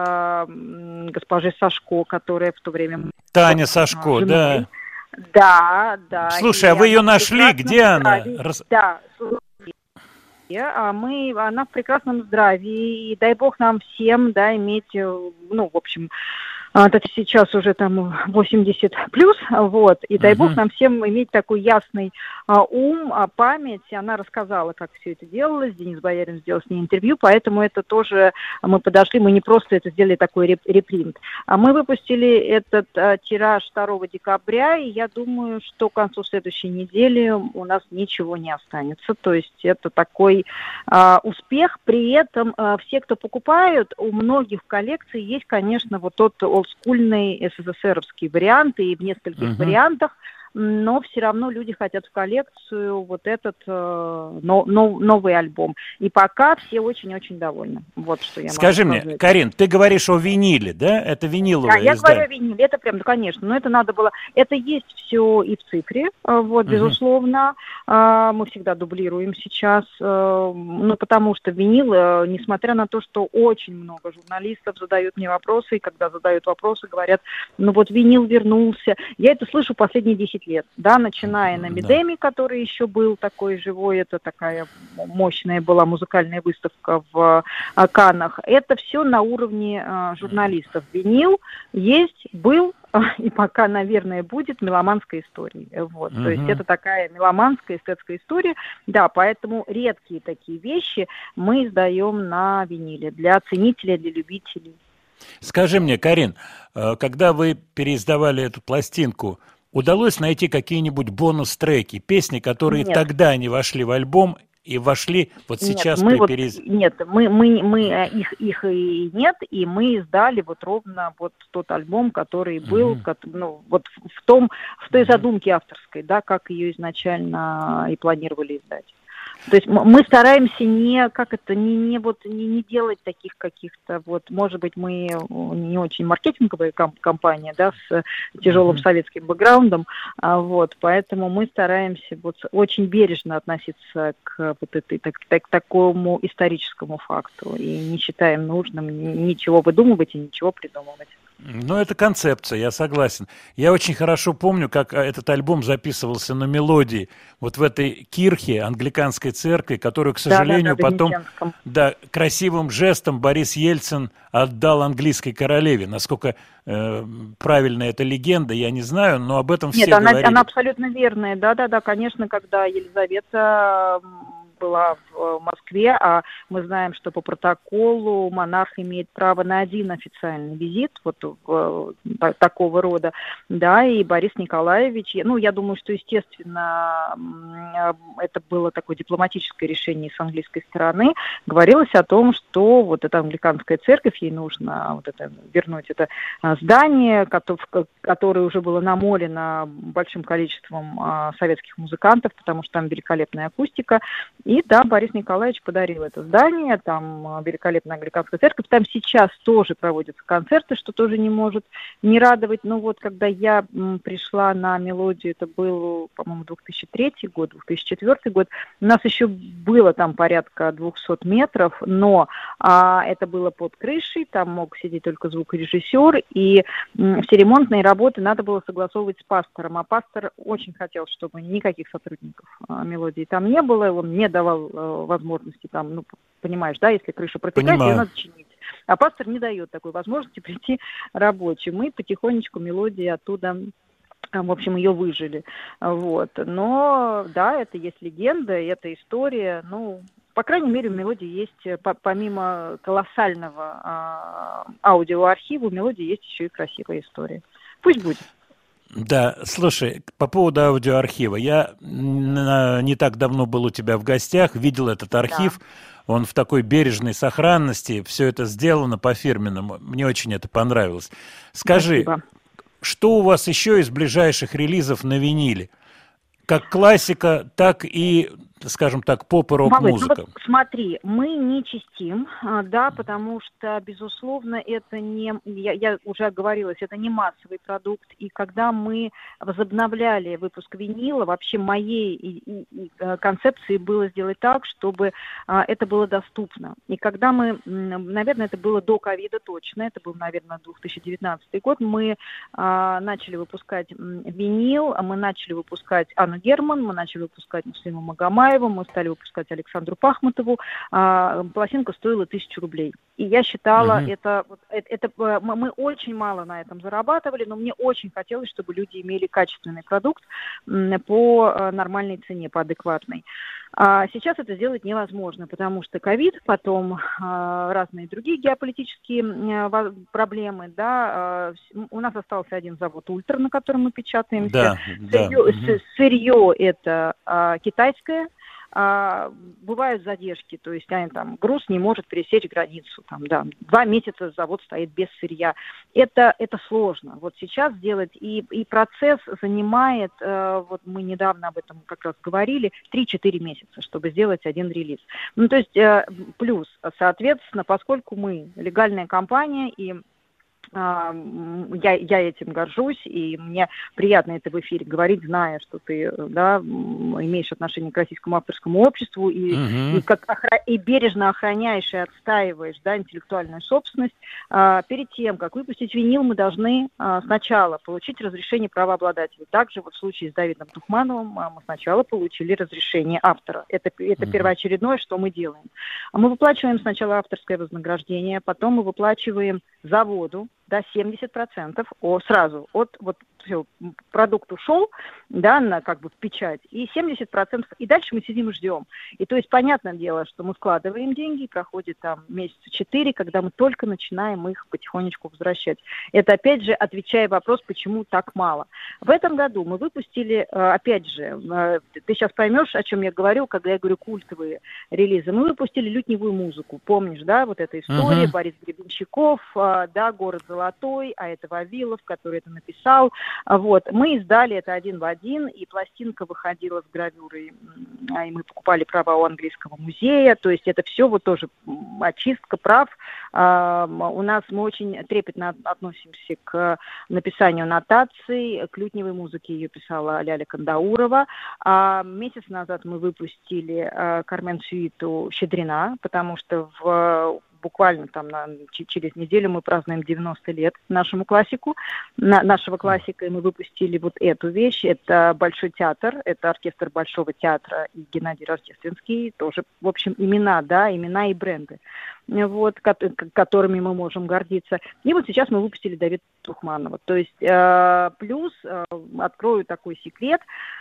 Speaker 8: госпожи Сашко, которая в то время...
Speaker 2: Таня Сашко, да.
Speaker 8: Да, да.
Speaker 2: Слушай, а вы ее нашли? Где она?
Speaker 8: Да, она в прекрасном здравии, и дай бог нам всем, да, иметь, ну, в общем, это сейчас уже там 80 плюс, вот, и дай бог нам всем иметь такой ясный ум, память. Она рассказала, как все это делалось, Денис Боярин сделал с ней интервью, поэтому это тоже мы подошли, мы не просто это сделали такой репринт. Мы выпустили этот тираж 2 декабря, и я думаю, что к концу следующей недели у нас ничего не останется, то есть это такой успех, при этом все, кто покупают, у многих в коллекции есть, конечно, вот тот олдскульный СССРовский вариант и в нескольких вариантах, но все равно люди хотят в коллекцию вот этот новый альбом. И пока все очень-очень довольны. Вот что я
Speaker 2: Скажи
Speaker 8: могу
Speaker 2: мне,
Speaker 8: сказать.
Speaker 2: Карин, ты говоришь о виниле, да? Это виниловое
Speaker 8: Да, я
Speaker 2: издание.
Speaker 8: говорю о виниле, это прям, конечно, но это надо было... Это есть все и в цифре, вот, безусловно. Мы всегда дублируем сейчас, ну, потому что винил, несмотря на то, что очень много журналистов задают мне вопросы, и когда задают вопросы, говорят, ну, вот винил вернулся. Я это слышу последние 10 лет, да, начиная на Медеме, который еще был такой живой, это такая мощная была музыкальная выставка в Каннах. Это все на уровне журналистов. Винил есть, был и пока, наверное, будет меломанской историей. Вот. То есть это такая меломанская, эстетская история. Да, поэтому редкие такие вещи мы издаем на виниле для ценителей, для любителей.
Speaker 2: Скажи мне, Карин, когда вы переиздавали эту пластинку, удалось найти какие-нибудь бонус-треки, песни, которые тогда не вошли в альбом и вошли вот сейчас при переиздании?
Speaker 8: Нет, мы их и нет, и мы издали вот ровно вот тот альбом, который был, ну, вот в той задумке авторской, да, как ее изначально и планировали издать. То есть мы стараемся не делать таких каких-то, вот, может быть, мы не очень маркетинговая компания, да, с тяжелым советским бэкграундом, вот, поэтому мы стараемся вот очень бережно относиться к вот к такому историческому факту и не считаем нужным ничего выдумывать и ничего придумывать.
Speaker 2: Ну, это концепция, я согласен. Я очень хорошо помню, как этот альбом записывался на «Мелодии», вот в этой кирхе, англиканской церкви, которую, к сожалению, потом красивым жестом Борис Ельцин отдал английской королеве. Насколько правильна эта легенда, я не знаю, но об этом все говорили.
Speaker 8: Нет, она абсолютно верная. Да, конечно, когда Елизавета была в Москве, а мы знаем, что по протоколу монарх имеет право на один официальный визит вот такого рода, да, и Борис Николаевич, я думаю, что, естественно, это было такое дипломатическое решение с английской стороны, говорилось о том, что вот эта англиканская церковь, ей нужно вернуть это здание, которое уже было намолено большим количеством советских музыкантов, потому что там великолепная акустика. И да, Борис Николаевич подарил это здание, там великолепная англиканская церковь, там сейчас тоже проводятся концерты, что тоже не может не радовать. Но вот когда я пришла на «Мелодию», это был, по-моему, 2003 год, 2004 год, у нас еще было там порядка 200 метров, но это было под крышей, там мог сидеть только звукорежиссер, и все ремонтные работы надо было согласовывать с пастором, а пастор очень хотел, чтобы никаких сотрудников «Мелодии» там не было, он не давал возможности там, понимаешь, да, если крыша протекает, ее надо чинить. А пастор не дает такой возможности прийти рабочим. Мы потихонечку «Мелодии» оттуда, в общем, ее выжили. Вот. Но, да, это есть легенда, это история, по крайней мере, у «Мелодии» есть, помимо колоссального аудиоархива, у «Мелодии» есть еще и красивая история. Пусть будет.
Speaker 2: Да, слушай, по поводу аудиоархива. Я не так давно был у тебя в гостях, видел этот архив. Да. Он в такой бережной сохранности, все это сделано по-фирменному. Мне очень это понравилось. Скажи, спасибо. Что у вас еще из ближайших релизов на виниле? Как классика, так и, скажем так, поп и рок-музыка.
Speaker 8: Смотри, мы не чистим, да, потому что, безусловно, это не, я уже оговорилась, это не массовый продукт. И когда мы возобновляли выпуск винила, вообще моей концепцией было сделать так, чтобы это было доступно. И когда мы, наверное, это было до ковида точно, это был, наверное, 2019 год, мы начали выпускать винил, мы начали выпускать Анну Герман, мы начали выпускать Муслима Магомаева, мы стали выпускать Александру Пахмутову. Пластинка стоила 1000 рублей. И я считала, мы очень мало на этом зарабатывали, но мне очень хотелось, чтобы люди имели качественный продукт по нормальной цене, по адекватной. Сейчас это сделать невозможно, потому что ковид, потом разные другие геополитические проблемы, да. У нас остался один завод «Ультра», на котором мы печатаемся. Сырье это китайское. Бывают задержки, то есть груз не может пересечь границу, 2 месяца завод стоит без сырья. Это сложно. Вот сейчас сделать, и процесс занимает, вот мы недавно об этом как раз говорили, 3-4 месяца, чтобы сделать один релиз. То есть плюс, соответственно, поскольку мы легальная компания, и я этим горжусь, и мне приятно это в эфире говорить, зная, что ты, да, имеешь отношение к российскому авторскому обществу и бережно охраняешь и отстаиваешь, да, интеллектуальную собственность. Перед тем, как выпустить винил, мы должны сначала получить разрешение правообладателя. Также вот в случае с Давидом Тухмановым мы сначала получили разрешение автора. Это первоочередное, что мы делаем. Мы выплачиваем сначала авторское вознаграждение, потом мы выплачиваем заводу, да, 70% сразу от все, продукт ушел, да, в печать, и 70%, и дальше мы сидим и ждем. И то есть, понятное дело, что мы складываем деньги, и проходит месяца 4, когда мы только начинаем их потихонечку возвращать. Это, опять же, отвечая вопрос, почему так мало. В этом году мы выпустили, опять же, ты сейчас поймешь, о чем я говорю, когда я говорю культовые релизы. Мы выпустили лютневую музыку, помнишь, да, вот эта история, Борис Гребенщиков, да, «Город золотой», а это Вавилов, который это написал. Вот. Мы издали это один в один, и пластинка выходила с гравюрой, и мы покупали права у английского музея, то есть это все вот тоже очистка прав. У нас мы очень трепетно относимся к написанию нотаций, к лютневой музыке ее писала Ляля Кандаурова. Месяц назад мы выпустили Кармен-сюиту Щедрина, потому что буквально через неделю мы празднуем 90 лет нашего классика, и мы выпустили вот эту вещь. Это Большой театр, это оркестр Большого театра и Геннадий Рождественский, тоже, в общем, имена и бренды, вот, которыми мы можем гордиться. И вот сейчас мы выпустили Давида Тухманова. То есть плюс, открою такой секрет,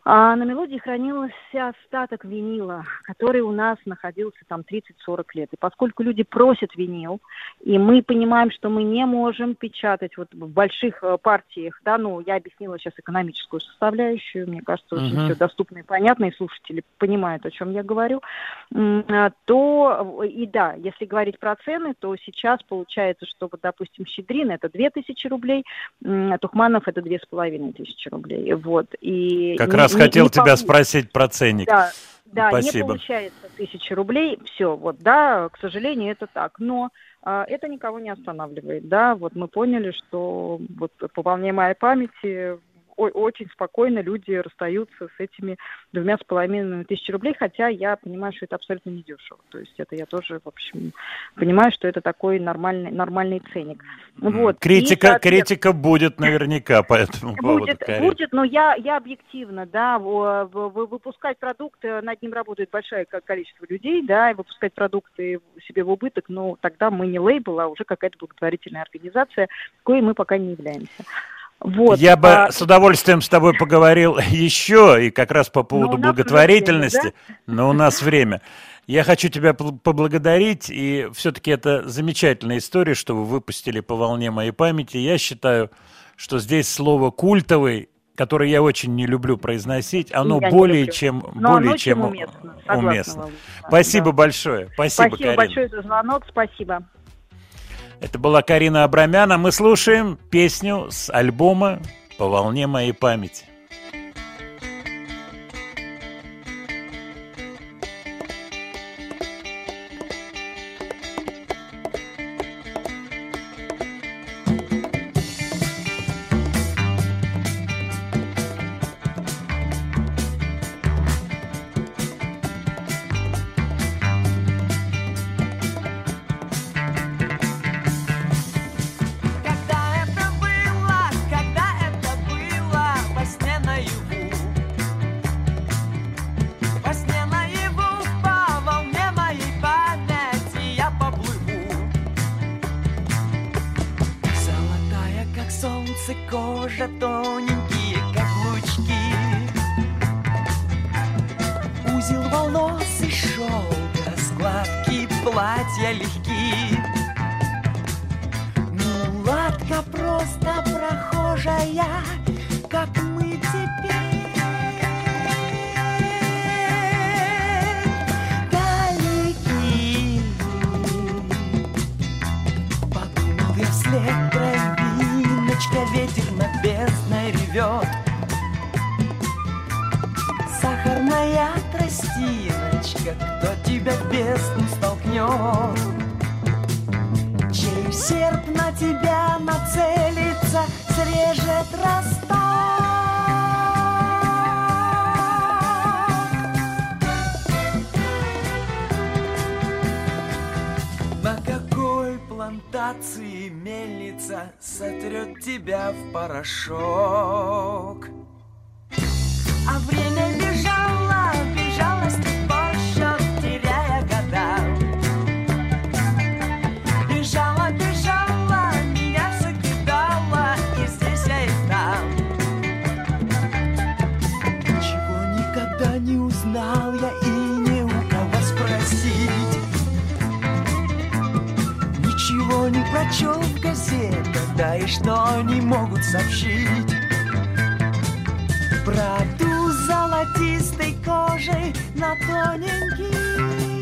Speaker 8: А на мелодии хранился остаток винила, который у нас находился там 30-40 лет. И поскольку люди просят винил, и мы понимаем, что мы не можем печатать вот в больших партиях, да, ну, я объяснила сейчас экономическую составляющую, мне кажется, очень все доступно и понятно, и слушатели понимают, о чем я говорю, то, и да, если говорить про цены, то сейчас получается, что, вот, допустим, Щедрин это 2000 рублей, Тухманов это 2500 рублей, вот, и...
Speaker 2: Как раз хотел тебя спросить про ценник.
Speaker 8: Да,
Speaker 2: спасибо.
Speaker 8: Не получается 1000 рублей, все, вот, да, к сожалению, это так, но это никого не останавливает, да, вот мы поняли, что вот по волне моей памяти очень спокойно люди расстаются с этими 2500 рублей, хотя я понимаю, что это абсолютно недешево. То есть это я тоже, в общем, понимаю, что это такой нормальный ценник. Вот.
Speaker 2: Критика будет наверняка по этому поводу.
Speaker 8: Будет, но я объективно, да, выпускать продукты, над ним работает большое количество людей, да, и выпускать продукты себе в убыток, но тогда мы не лейбл, а уже какая-то благотворительная организация, коей мы пока не являемся. Вот.
Speaker 2: Я бы с удовольствием с тобой поговорил еще, и как раз по поводу благотворительности, время, да? Но у нас время. Я хочу тебя поблагодарить, и все-таки это замечательная история, что вы выпустили по волне моей памяти. Я считаю, что здесь слово «культовый», которое я очень не люблю произносить, оно более чем уместно. Спасибо большое. Спасибо, Карина.
Speaker 8: Большое за звонок, спасибо.
Speaker 2: Это была Карина Абрамян, а мы слушаем песню с альбома «По волне моей памяти».
Speaker 9: Кожа тоненькие каблучки, узел волос и шелка, складки платья легки. Мулатка просто прохожая, как мы теперь. Далеки, подумал я вслед травиночка, ветер над бездной ревет. Сахарная тростиночка, кто тебя в бездну столкнет? Чей серп на тебя нацелится, срежет росток? На какой плантации мельница сотрет тебя в порошок? А время бежало, бежало с тобой счет, теряя года. Бежала, бежала, меня закидала, и здесь я и там. Ничего никогда не узнал я и не у кого спросить. Ничего не прочел в газетах, да и что не могут сообщить. Правду золотистой кожей на тоненьких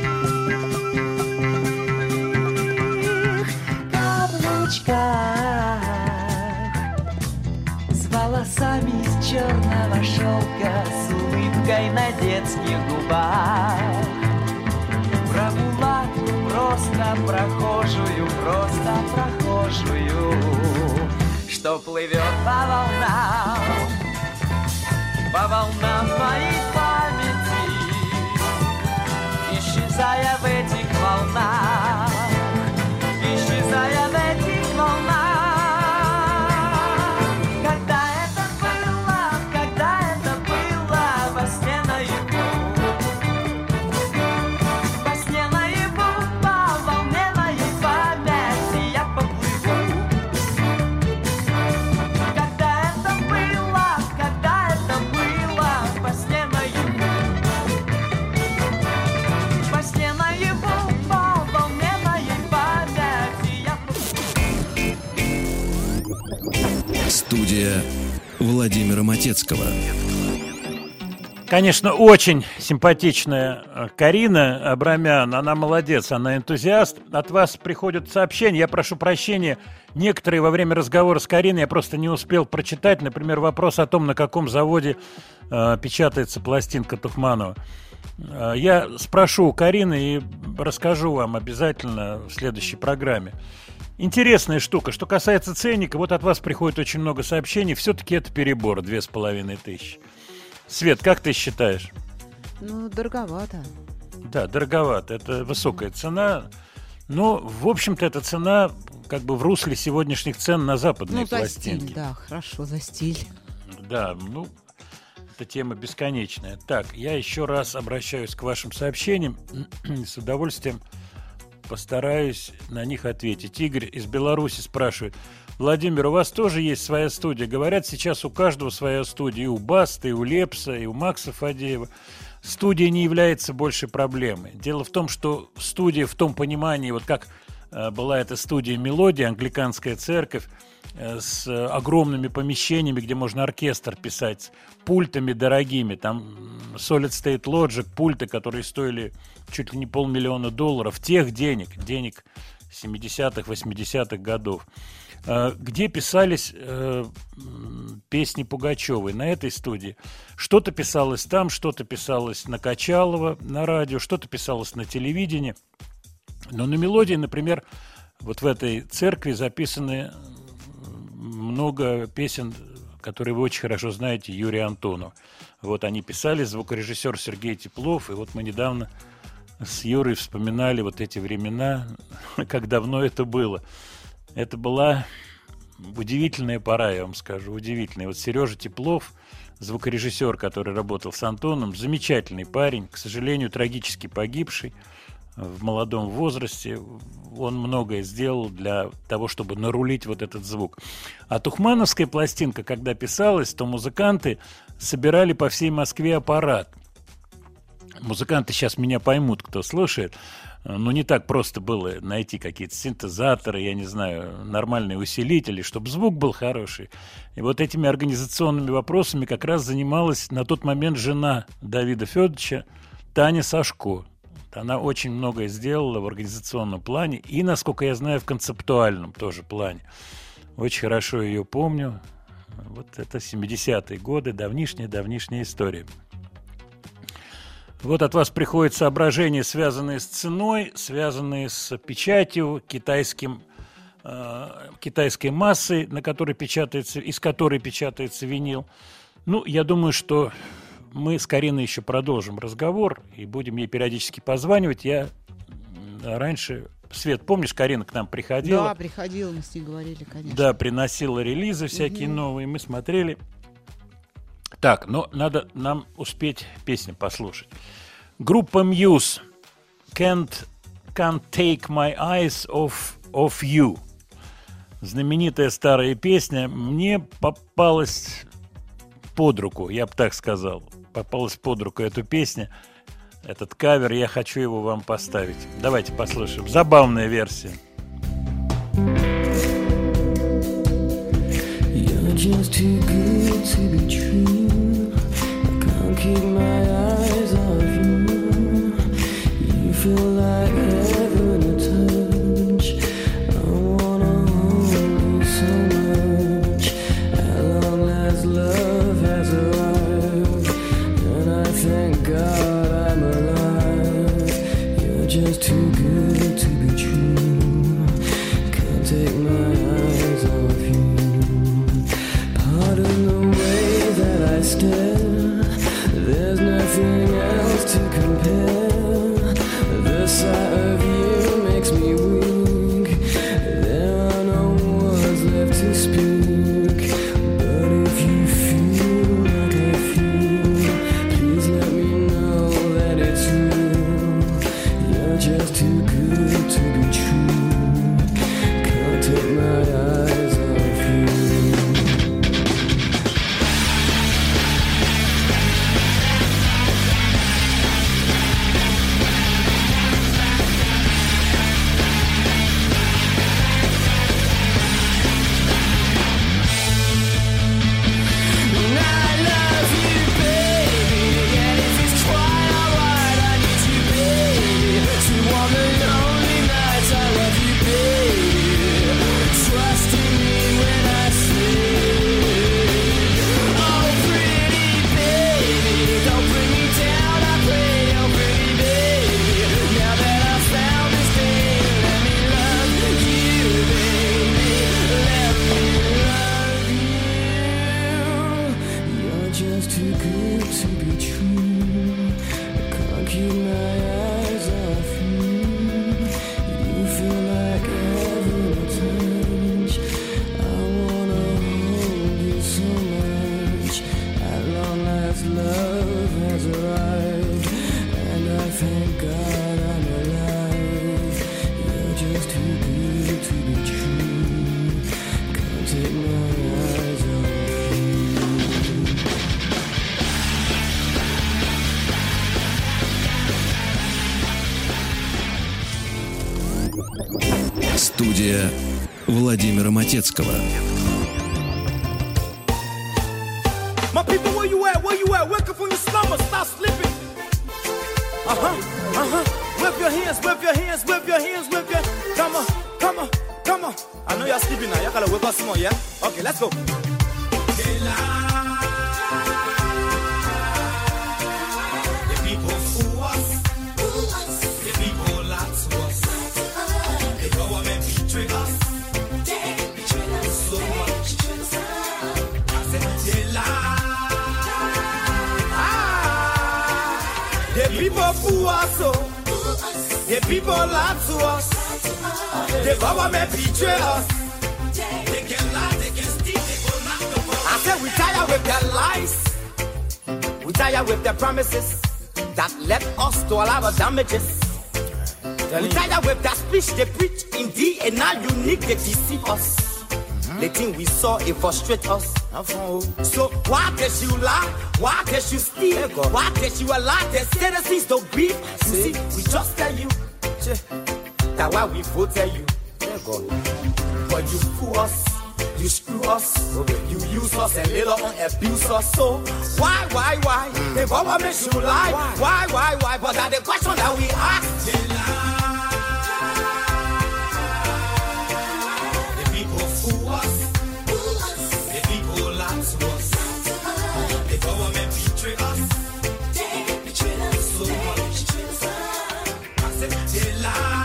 Speaker 9: каблучках, с волосами из черного шелка, с улыбкой на детских губах. Про мулатку просто прохожую, что плывет по волнам моей памяти, исчезая в этих волнах, исчезая в этих волнах. Когда это было во сне наяву, во сне наяву, по волне моей памяти я поплыву. Когда это было во
Speaker 1: Студия Владимира Матецкого.
Speaker 2: Конечно, очень симпатичная Карина Абрамян. Она молодец, она энтузиаст. От вас приходят сообщения. Я прошу прощения. Некоторые во время разговора с Кариной я просто не успел прочитать. Например, вопрос о том, на каком заводе печатается пластинка Тухманова. Я спрошу у Карины и расскажу вам обязательно в следующей программе. Интересная штука. Что касается ценника, вот от вас приходит очень много сообщений. Все-таки это перебор, 2500. Свет, как ты считаешь?
Speaker 3: Ну, дороговато.
Speaker 2: Да, дороговато. Это высокая цена. Но, в общем-то, эта цена как бы в русле сегодняшних цен на западные пластинки.
Speaker 3: За стиль, да, хорошо, за стиль.
Speaker 2: Да, ну, эта тема бесконечная. Так, я еще раз обращаюсь к вашим сообщениям. С удовольствием постараюсь на них ответить. Игорь из Беларуси спрашивает. Владимир, у вас тоже есть своя студия? Говорят, сейчас у каждого своя студия. И у Басты, и у Лепса, и у Макса Фадеева. Студия не является большей проблемой. Дело в том, что студия в том понимании, вот как была эта студия «Мелодия», англиканская церковь, с огромными помещениями, где можно оркестр писать, с пультами дорогими. Там Solid State Logic, пульты, которые стоили чуть ли не $500 000. Тех денег 70-х, 80-х годов. Где писались песни Пугачевой, на этой студии. Что-то писалось там, что-то писалось на Качалова, на радио, что-то писалось на телевидении. Но на «Мелодии», например, вот в этой церкви записаны много песен, которые вы очень хорошо знаете, Юрия Антонова. Вот они писали, звукорежиссер Сергей Теплов, и вот мы недавно с Юрой вспоминали вот эти времена, как давно это было. Это была удивительная пора, я вам скажу, удивительная. Вот Сережа Теплов, звукорежиссер, который работал с Антоном, замечательный парень, к сожалению, трагически погибший в молодом возрасте. Он многое сделал для того, чтобы нарулить вот этот звук. А тухмановская пластинка, когда писалась, то музыканты собирали по всей Москве аппарат. Музыканты сейчас меня поймут, кто слушает. Но не так просто было найти какие-то синтезаторы, я не знаю, нормальные усилители, чтобы звук был хороший. И вот этими организационными вопросами как раз занималась на тот момент жена Давида Федоровича Таня Сашко. Она очень многое сделала в организационном плане и, насколько я знаю, в концептуальном тоже плане. Очень хорошо ее помню. Вот это 70-е годы, давнишняя история. Вот от вас приходят соображения, связанные с ценой, связанные с печатью, китайской массой, на которой печатается, из которой печатается винил. Ну, я думаю, что мы с Кариной еще продолжим разговор и будем ей периодически позванивать. Я раньше... Свет, помнишь, Карина к нам приходила?
Speaker 3: Да, приходила, мы с ней говорили, конечно.
Speaker 2: Да, приносила релизы всякие новые, мы смотрели. Так, но надо нам успеть песню послушать. Группа Muse Can't Take My Eyes Off You. Знаменитая старая песня. Мне попалась под руку, я бы так сказал. Попалась под руку эта песня. Этот кавер, я хочу его вам поставить. Давайте послушаем. Забавная версия.
Speaker 9: You're just too good to be true. I can't keep my eyes off you. You feel like heaven to touch. I wanna hold you so much. At long last love has arrived, and I thank God I'm alive. You're just too good to be true. Can't take my eyes off you. Pardon the way that I stare. There's nothing else to compare. The sight of you makes me weak. There are no words left to speak. But if you feel like I feel, please let me know that it's real. You're just too good to be true. Can't take my eyes off you.
Speaker 1: Студия Владимира Матецкого.
Speaker 10: My people, where you at? Where you at? Wake up from your slumber, stop sleeping. Whip your hands, whip your hands, whip your hands, whip your. Come on, come on, come on. I know you're sleeping now. Y'all gotta whip us some more, yeah? Okay, let's go. The people fool us. The people lie to us. The government betray us. So much. I said they lie. The people fool us, oh. The people lie to us. The government betray us. They can lie, they can steal, they will not go. I said we tired with their lies. We tired with their promises that led us to all our damages. We tired with their speech they preach indeed, and now unique they deceive us. The thing we saw, it frustrate us. So why did you lie? Why did you steal? Why did you allow the citizens to grieve? You see, we just tell you that why we voted you. But you fool us, you screw us, you use us and later on abuse us. So why? The government should lie. Why? But that's the question that we ask. They lie. The people fool us. The people lie to us. The government betray us. So much. I said they lie.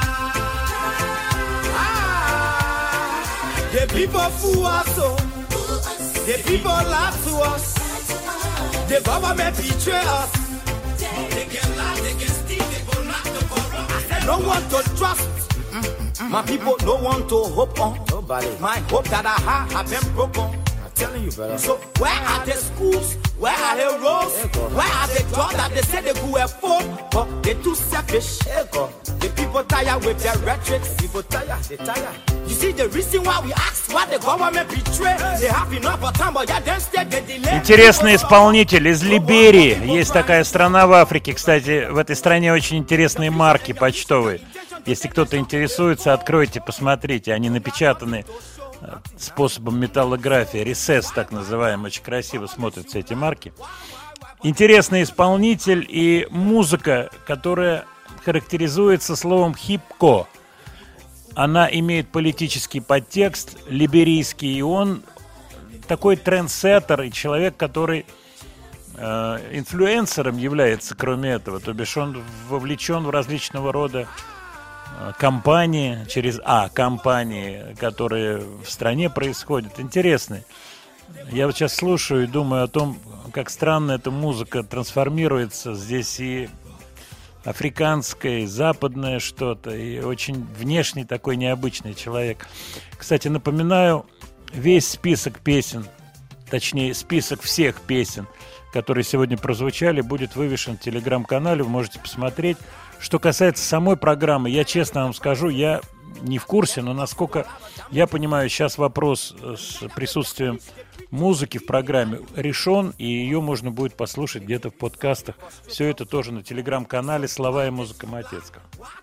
Speaker 10: The people fool us, oh. The people lie to us. The government betray us. They can lie, they can steal, they will not the corrupt. I said no one to trust. My people, no one to hope on. Nobody. My hope that I have been broken. I'm telling you, brother. So where are the schools? Where are the roads? Where are the jobs that they say they could afford? But they're too selfish. The people tired with their rhetoric. People tired, they tired. You see the reason why we ask why the government betray. They have enough time, but yeah, then stay they delay.
Speaker 2: Интересный исполнитель из Либерии. Есть такая страна в Африке. Кстати, в этой стране очень интересные марки почтовые. Если кто-то интересуется, откройте, посмотрите. Они напечатаны способом металлографии. Ресес, так называемый. Очень красиво смотрятся эти марки. Интересный исполнитель и музыка, которая характеризуется словом хипко. Она имеет политический подтекст, либерийский, и он такой трендсеттер и человек, который инфлюенсером является, кроме этого. То бишь он вовлечен в различного рода кампании, кампании, которые в стране происходят. Интересные. Я вот сейчас слушаю и думаю о том, как странно эта музыка трансформируется. Здесь и африканское, и западное что-то, и очень внешний такой необычный человек. Кстати, напоминаю, весь список песен, точнее, список всех песен, которые сегодня прозвучали, будет вывешен в телеграм-канале, вы можете посмотреть. Что касается самой программы, я честно вам скажу, я не в курсе, но насколько я понимаю, сейчас вопрос с присутствием музыки в программе решен, и ее можно будет послушать где-то в подкастах. Все это тоже на телеграм-канале «Слова и музыка Матецкого».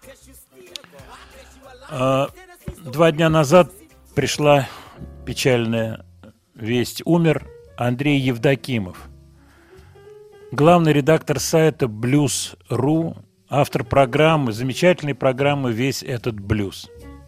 Speaker 2: 2 дня назад пришла печальная весть. Умер Андрей Евдокимов, главный редактор сайта Blues.ru, автор программы, замечательной программы «Весь этот блюз».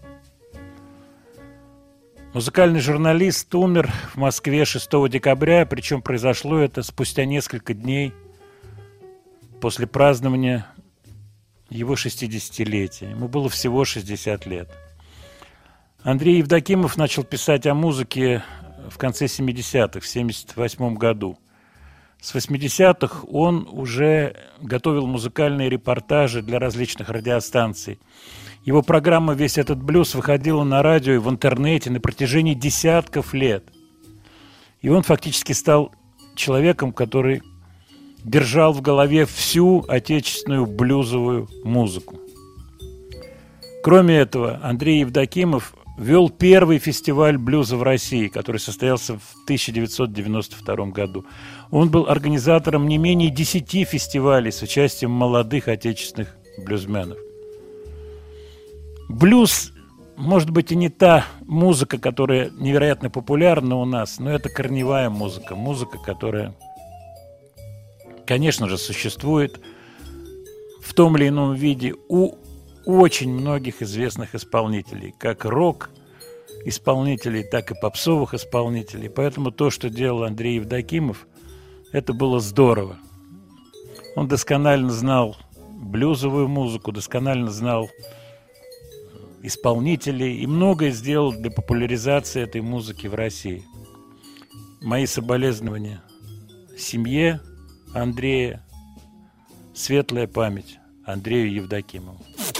Speaker 2: Музыкальный журналист умер в Москве 6 декабря, причем произошло это спустя несколько дней после празднования его 60-летия. Ему было всего 60 лет. Андрей Евдокимов начал писать о музыке в конце 70-х, в 78 году. С 80-х он уже готовил музыкальные репортажи для различных радиостанций. Его программа «Весь этот блюз» выходила на радио и в интернете на протяжении десятков лет. И он фактически стал человеком, который держал в голове всю отечественную блюзовую музыку. Кроме этого, Андрей Евдокимов вел первый фестиваль блюза в России, который состоялся в 1992 году. Он был организатором не менее 10 фестивалей с участием молодых отечественных блюзменов. Блюз может быть, и не та музыка, которая невероятно популярна у нас, но это корневая музыка. Музыка, которая, конечно же, существует в том или ином виде у очень многих известных исполнителей, как рок-исполнителей, так и попсовых исполнителей. Поэтому то, что делал Андрей Евдокимов, это было здорово. Он досконально знал блюзовую музыку, досконально знал исполнителей и многое сделал для популяризации этой музыки в России. Мои соболезнования семье Андрея, светлая память Андрею Евдокимову.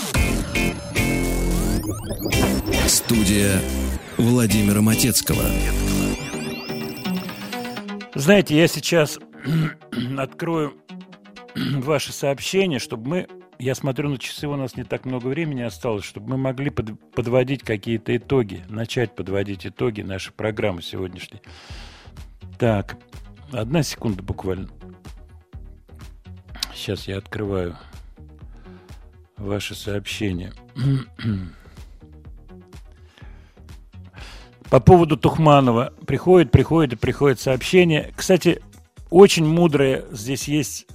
Speaker 1: Студия Владимира Матецкого.
Speaker 2: Знаете, я сейчас открою ваши сообщения, чтобы я смотрю на часы, у нас не так много времени осталось, чтобы мы могли подводить какие-то итоги, начать подводить итоги нашей программы сегодняшней. Так, 1 секунда буквально. Сейчас я открываю ваши сообщения. По поводу Тухманова приходит сообщение. Кстати, очень мудрое здесь есть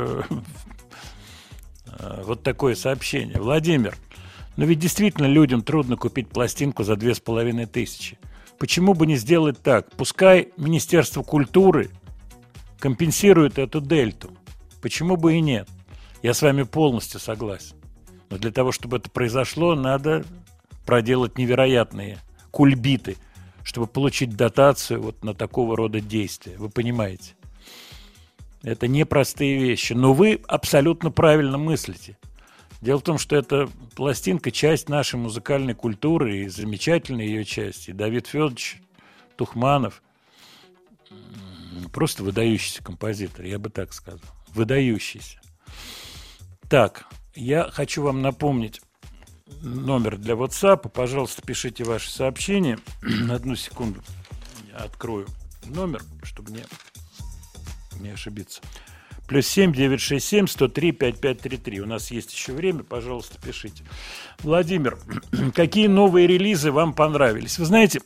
Speaker 2: вот такое сообщение. Владимир, но ведь действительно людям трудно купить пластинку за 2500. Почему бы не сделать так? Пускай Министерство культуры компенсирует эту дельту. Почему бы и нет? Я с вами полностью согласен. Но для того, чтобы это произошло, надо проделать невероятные кульбиты, чтобы получить дотацию вот на такого рода действия. Вы понимаете? Это непростые вещи. Но вы абсолютно правильно мыслите. Дело в том, что эта пластинка – часть нашей музыкальной культуры, и замечательная ее часть. И Давид Федорович Тухманов – просто выдающийся композитор, я бы так сказал. Выдающийся. Так, я хочу вам напомнить номер для WhatsApp. Пожалуйста, пишите ваши сообщения. На 1 секунду я открою номер, чтобы не ошибиться. +7 967 103 5533. У нас есть еще время, пожалуйста, пишите. Владимир, какие новые релизы вам понравились? Вы знаете,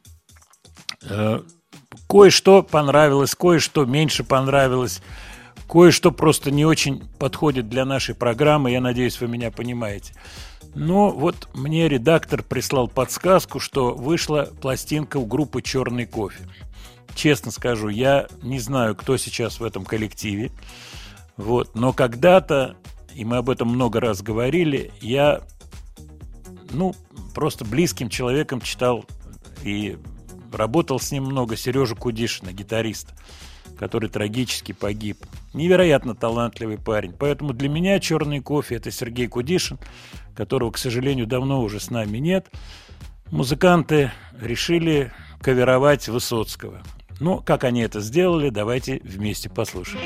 Speaker 2: кое-что понравилось, кое-что меньше понравилось, кое-что просто не очень подходит для нашей программы. Я надеюсь, вы меня понимаете. Но вот мне редактор прислал подсказку, что вышла пластинка у группы «Черный кофе». Честно скажу, я не знаю, кто сейчас в этом коллективе. Вот. Но когда-то, и мы об этом много раз говорили, я просто близким человеком читал и работал с ним много Сережу Кудишина, гитариста, который трагически погиб. Невероятно талантливый парень. Поэтому для меня «Черный кофе» — это Сергей Кудишин, которого, к сожалению, давно уже с нами нет. Музыканты решили каверовать Высоцкого. Но как они это сделали, давайте вместе послушаем.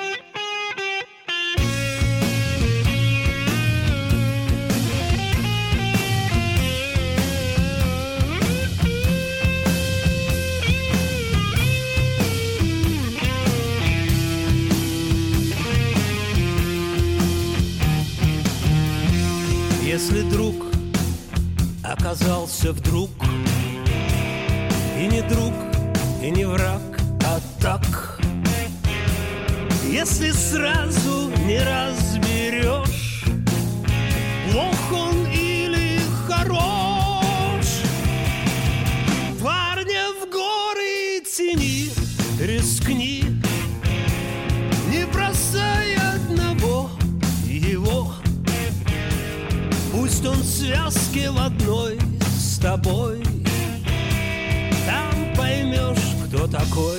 Speaker 10: Если друг оказался вдруг и не друг, и не враг, а так, если сразу не разберешь, плох он или хорош, парня в горы тяни, рискни, не бросай одного его. Пусть он в связке в одной с тобой, там поймешь, кто такой.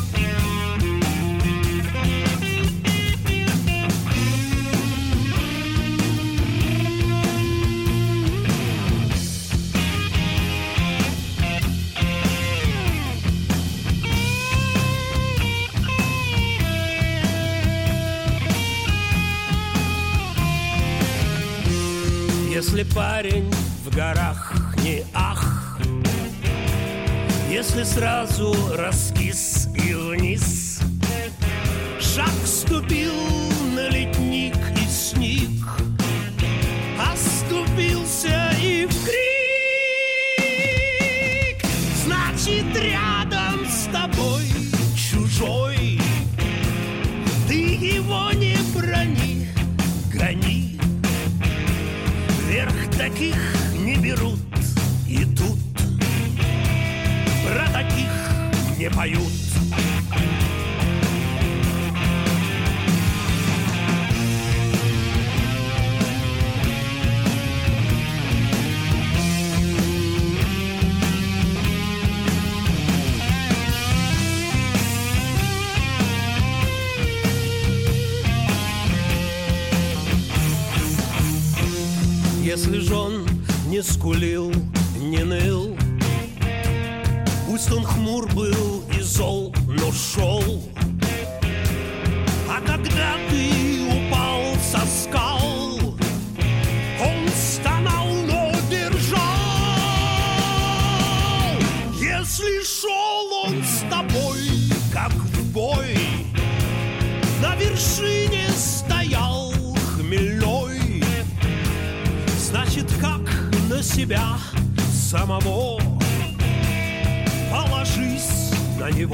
Speaker 10: Если парень в горах не ах, если сразу раскис и вниз, шаг ступил на ледник и сник, оступился и в крик.
Speaker 11: Сверх таких не берут, и тут про таких не поют. Если ж он не скулил, не ныл, пусть он хмур был и зол, но шел. А когда ты упал со скал, он стонал, но держал. Если шел он с тобой, как в бой, на вершине стоял хмельной, значит, как на себя самого, положись на него.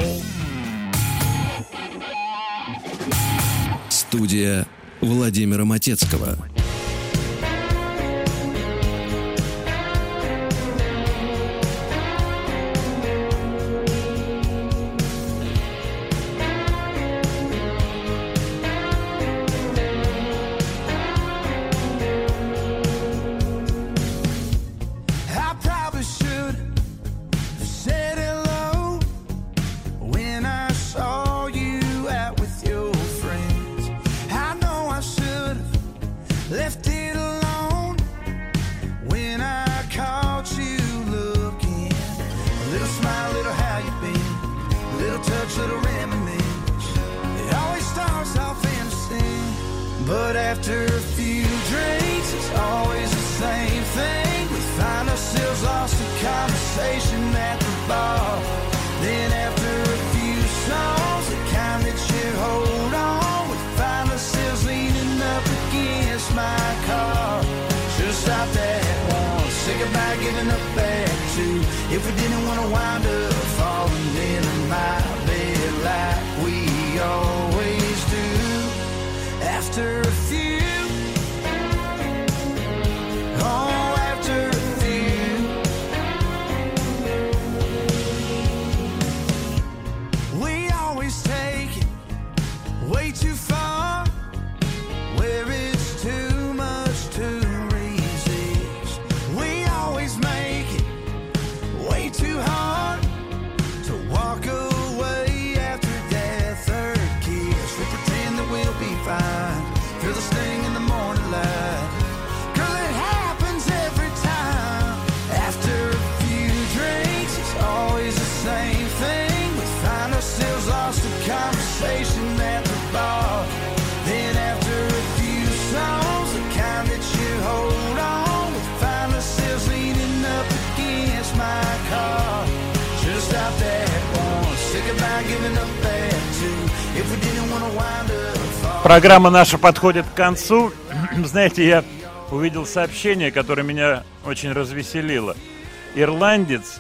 Speaker 1: Студия Владимира Матецкого.
Speaker 5: But after a few drinks, it's always the same thing. We find ourselves lost in conversation at the bar. Then after a few songs, the kind that you hold on, we find ourselves leaning up against my car. Should've stopped at one, say goodbye, giving up at two. If we didn't want to wind up falling into my bed like we always do. After a few, oh, after a few, we always take it way too far, where it's too much to resist. We always make it way too hard to walk away after that third kiss. We pretend that we'll be fine, feel the sting in the morning light. Girl, it happens every time. After a few drinks, it's always the same thing. We find ourselves lost in conversation at the bar. Then after a few songs, the kind that you hold on, we find ourselves leaning up against my car. Just stopped at one, say goodbye, giving up at two. If we didn't want to wind up.
Speaker 2: Программа наша подходит к концу. Знаете, я увидел сообщение, которое меня очень развеселило. Ирландец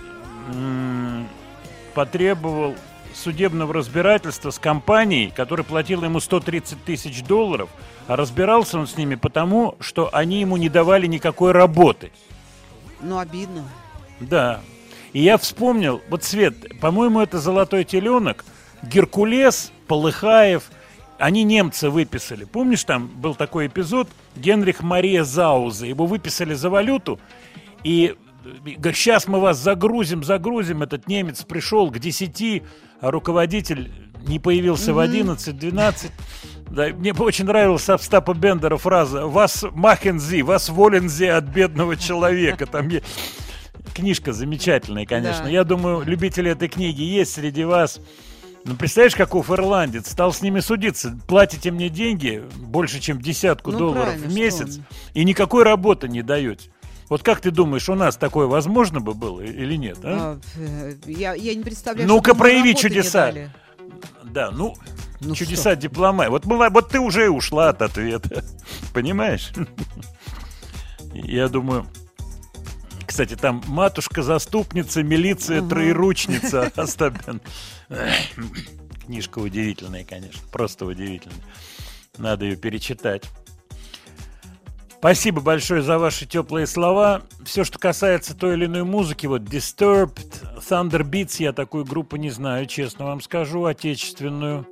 Speaker 2: потребовал судебного разбирательства с компанией, которая платила ему $130 тысяч, а разбирался он с ними потому, что они ему не давали никакой работы.
Speaker 3: Ну, обидно.
Speaker 2: Да. И я вспомнил, вот, Свет, по-моему, это «Золотой теленок», Геркулес, Полыхаев, они немца выписали. Помнишь, там был такой эпизод, Генрих Мария Заузе, его выписали за валюту, и говорят, сейчас мы вас загрузим, этот немец пришел к 10, а руководитель не появился в 11-12. Да, мне очень нравилась Остапа Бендера фраза «Вас махензи, вас волензи от бедного человека». Там книжка замечательная, конечно. Да. Я думаю, любители этой книги есть среди вас. Ну, представляешь, каков ирландец, стал с ними судиться. Платите мне деньги, больше, чем $10 в месяц, и никакой работы не даете. Вот как ты думаешь, у нас такое возможно бы было или нет? А?
Speaker 3: Я не представляю,
Speaker 2: ну-ка, прояви чудеса. Да, чудеса дипломатии. Вот ты уже ушла от ответа. Понимаешь? Я думаю... Кстати, там матушка-заступница, милиция, троеручница. Остапен. Книжка удивительная, конечно. Просто удивительная. Надо ее перечитать. Спасибо большое за ваши теплые слова. Все, что касается той или иной музыки, вот Disturbed, Thunder Beats, я такую группу не знаю, честно вам скажу, отечественную.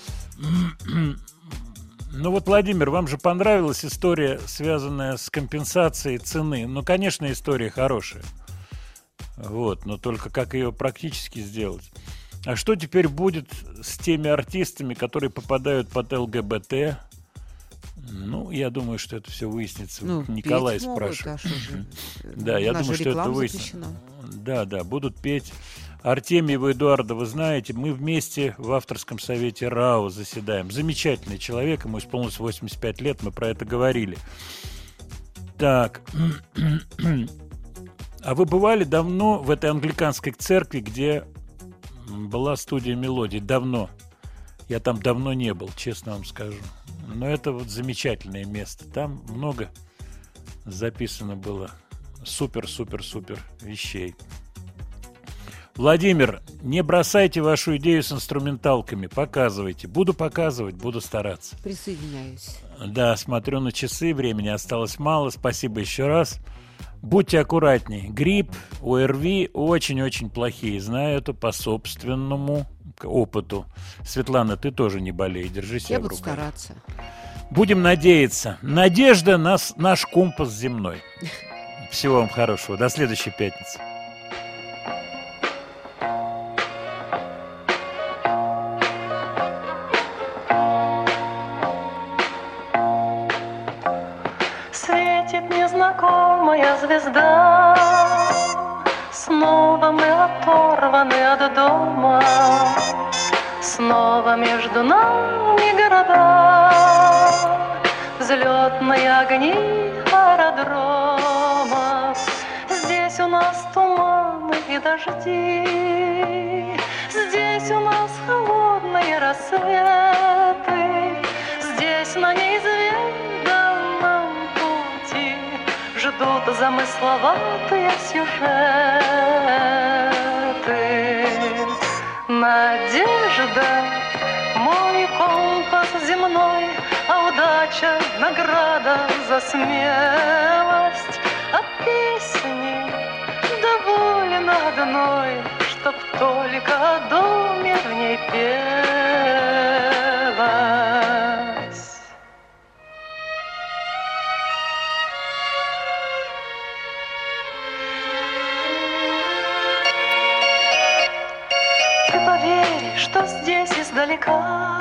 Speaker 2: Ну вот, Владимир, вам же понравилась история, связанная с компенсацией цены. Ну, конечно, история хорошая. Вот, но только как ее практически сделать? А что теперь будет с теми артистами, которые попадают под ЛГБТ? Ну, я думаю, что это все выяснится.
Speaker 3: Ну,
Speaker 2: Николай
Speaker 3: петь могут,
Speaker 2: спрашивает. Да, я думаю, что это выяснится. Да, будут петь. Артемьева Эдуарда, вы знаете, мы вместе в авторском совете РАО заседаем. Замечательный человек, ему исполнилось 85 лет, мы про это говорили. Так. А вы бывали давно в этой англиканской церкви, где была студия мелодий? Давно. Я там давно не был, честно вам скажу. Но это вот замечательное место. Там много записано было супер вещей. Владимир, не бросайте вашу идею с инструменталками, показывайте. Буду показывать, буду стараться.
Speaker 3: Присоединяюсь.
Speaker 2: Да, смотрю на часы, времени осталось мало. Спасибо еще раз. Будьте аккуратней. Грипп, ОРВИ очень-очень плохие. Знаю это по собственному опыту. Светлана, ты тоже не болей, держи себя в руках.
Speaker 3: Я буду стараться.
Speaker 2: Будем надеяться. Надежда наш компас земной. Всего вам хорошего. До следующей пятницы.
Speaker 12: Светит незнакомая звезда, снова мы оторваны от дома, снова между нами города, взлетные огни аэродрома. Здесь у нас туманы и дожди, здесь у нас холодные рассветы, здесь на неизведанном пути ждут замысловатые сюжеты. Надежда, мой компас земной, а удача — награда за смелость. А песни довольно одной, чтоб только о доме в ней пелось. Ты поверь, что здесь издалека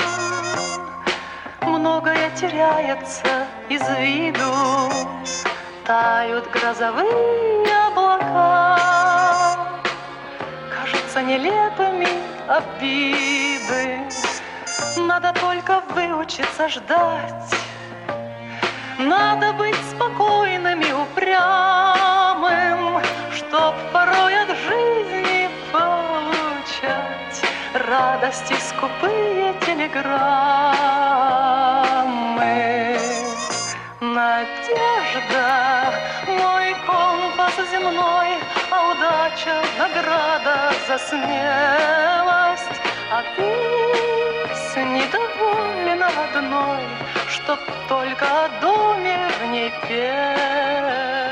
Speaker 12: многое теряется из виду, тают грозовые облака, кажутся нелепыми обиды. Надо только выучиться ждать, надо быть спокойным и упрямым, чтоб порой от жизни получать радости скупые телеграммы. Надежда, мой компас земной, а удача — награда за смелость. А песни довольно одной, чтоб только о доме в ней петь.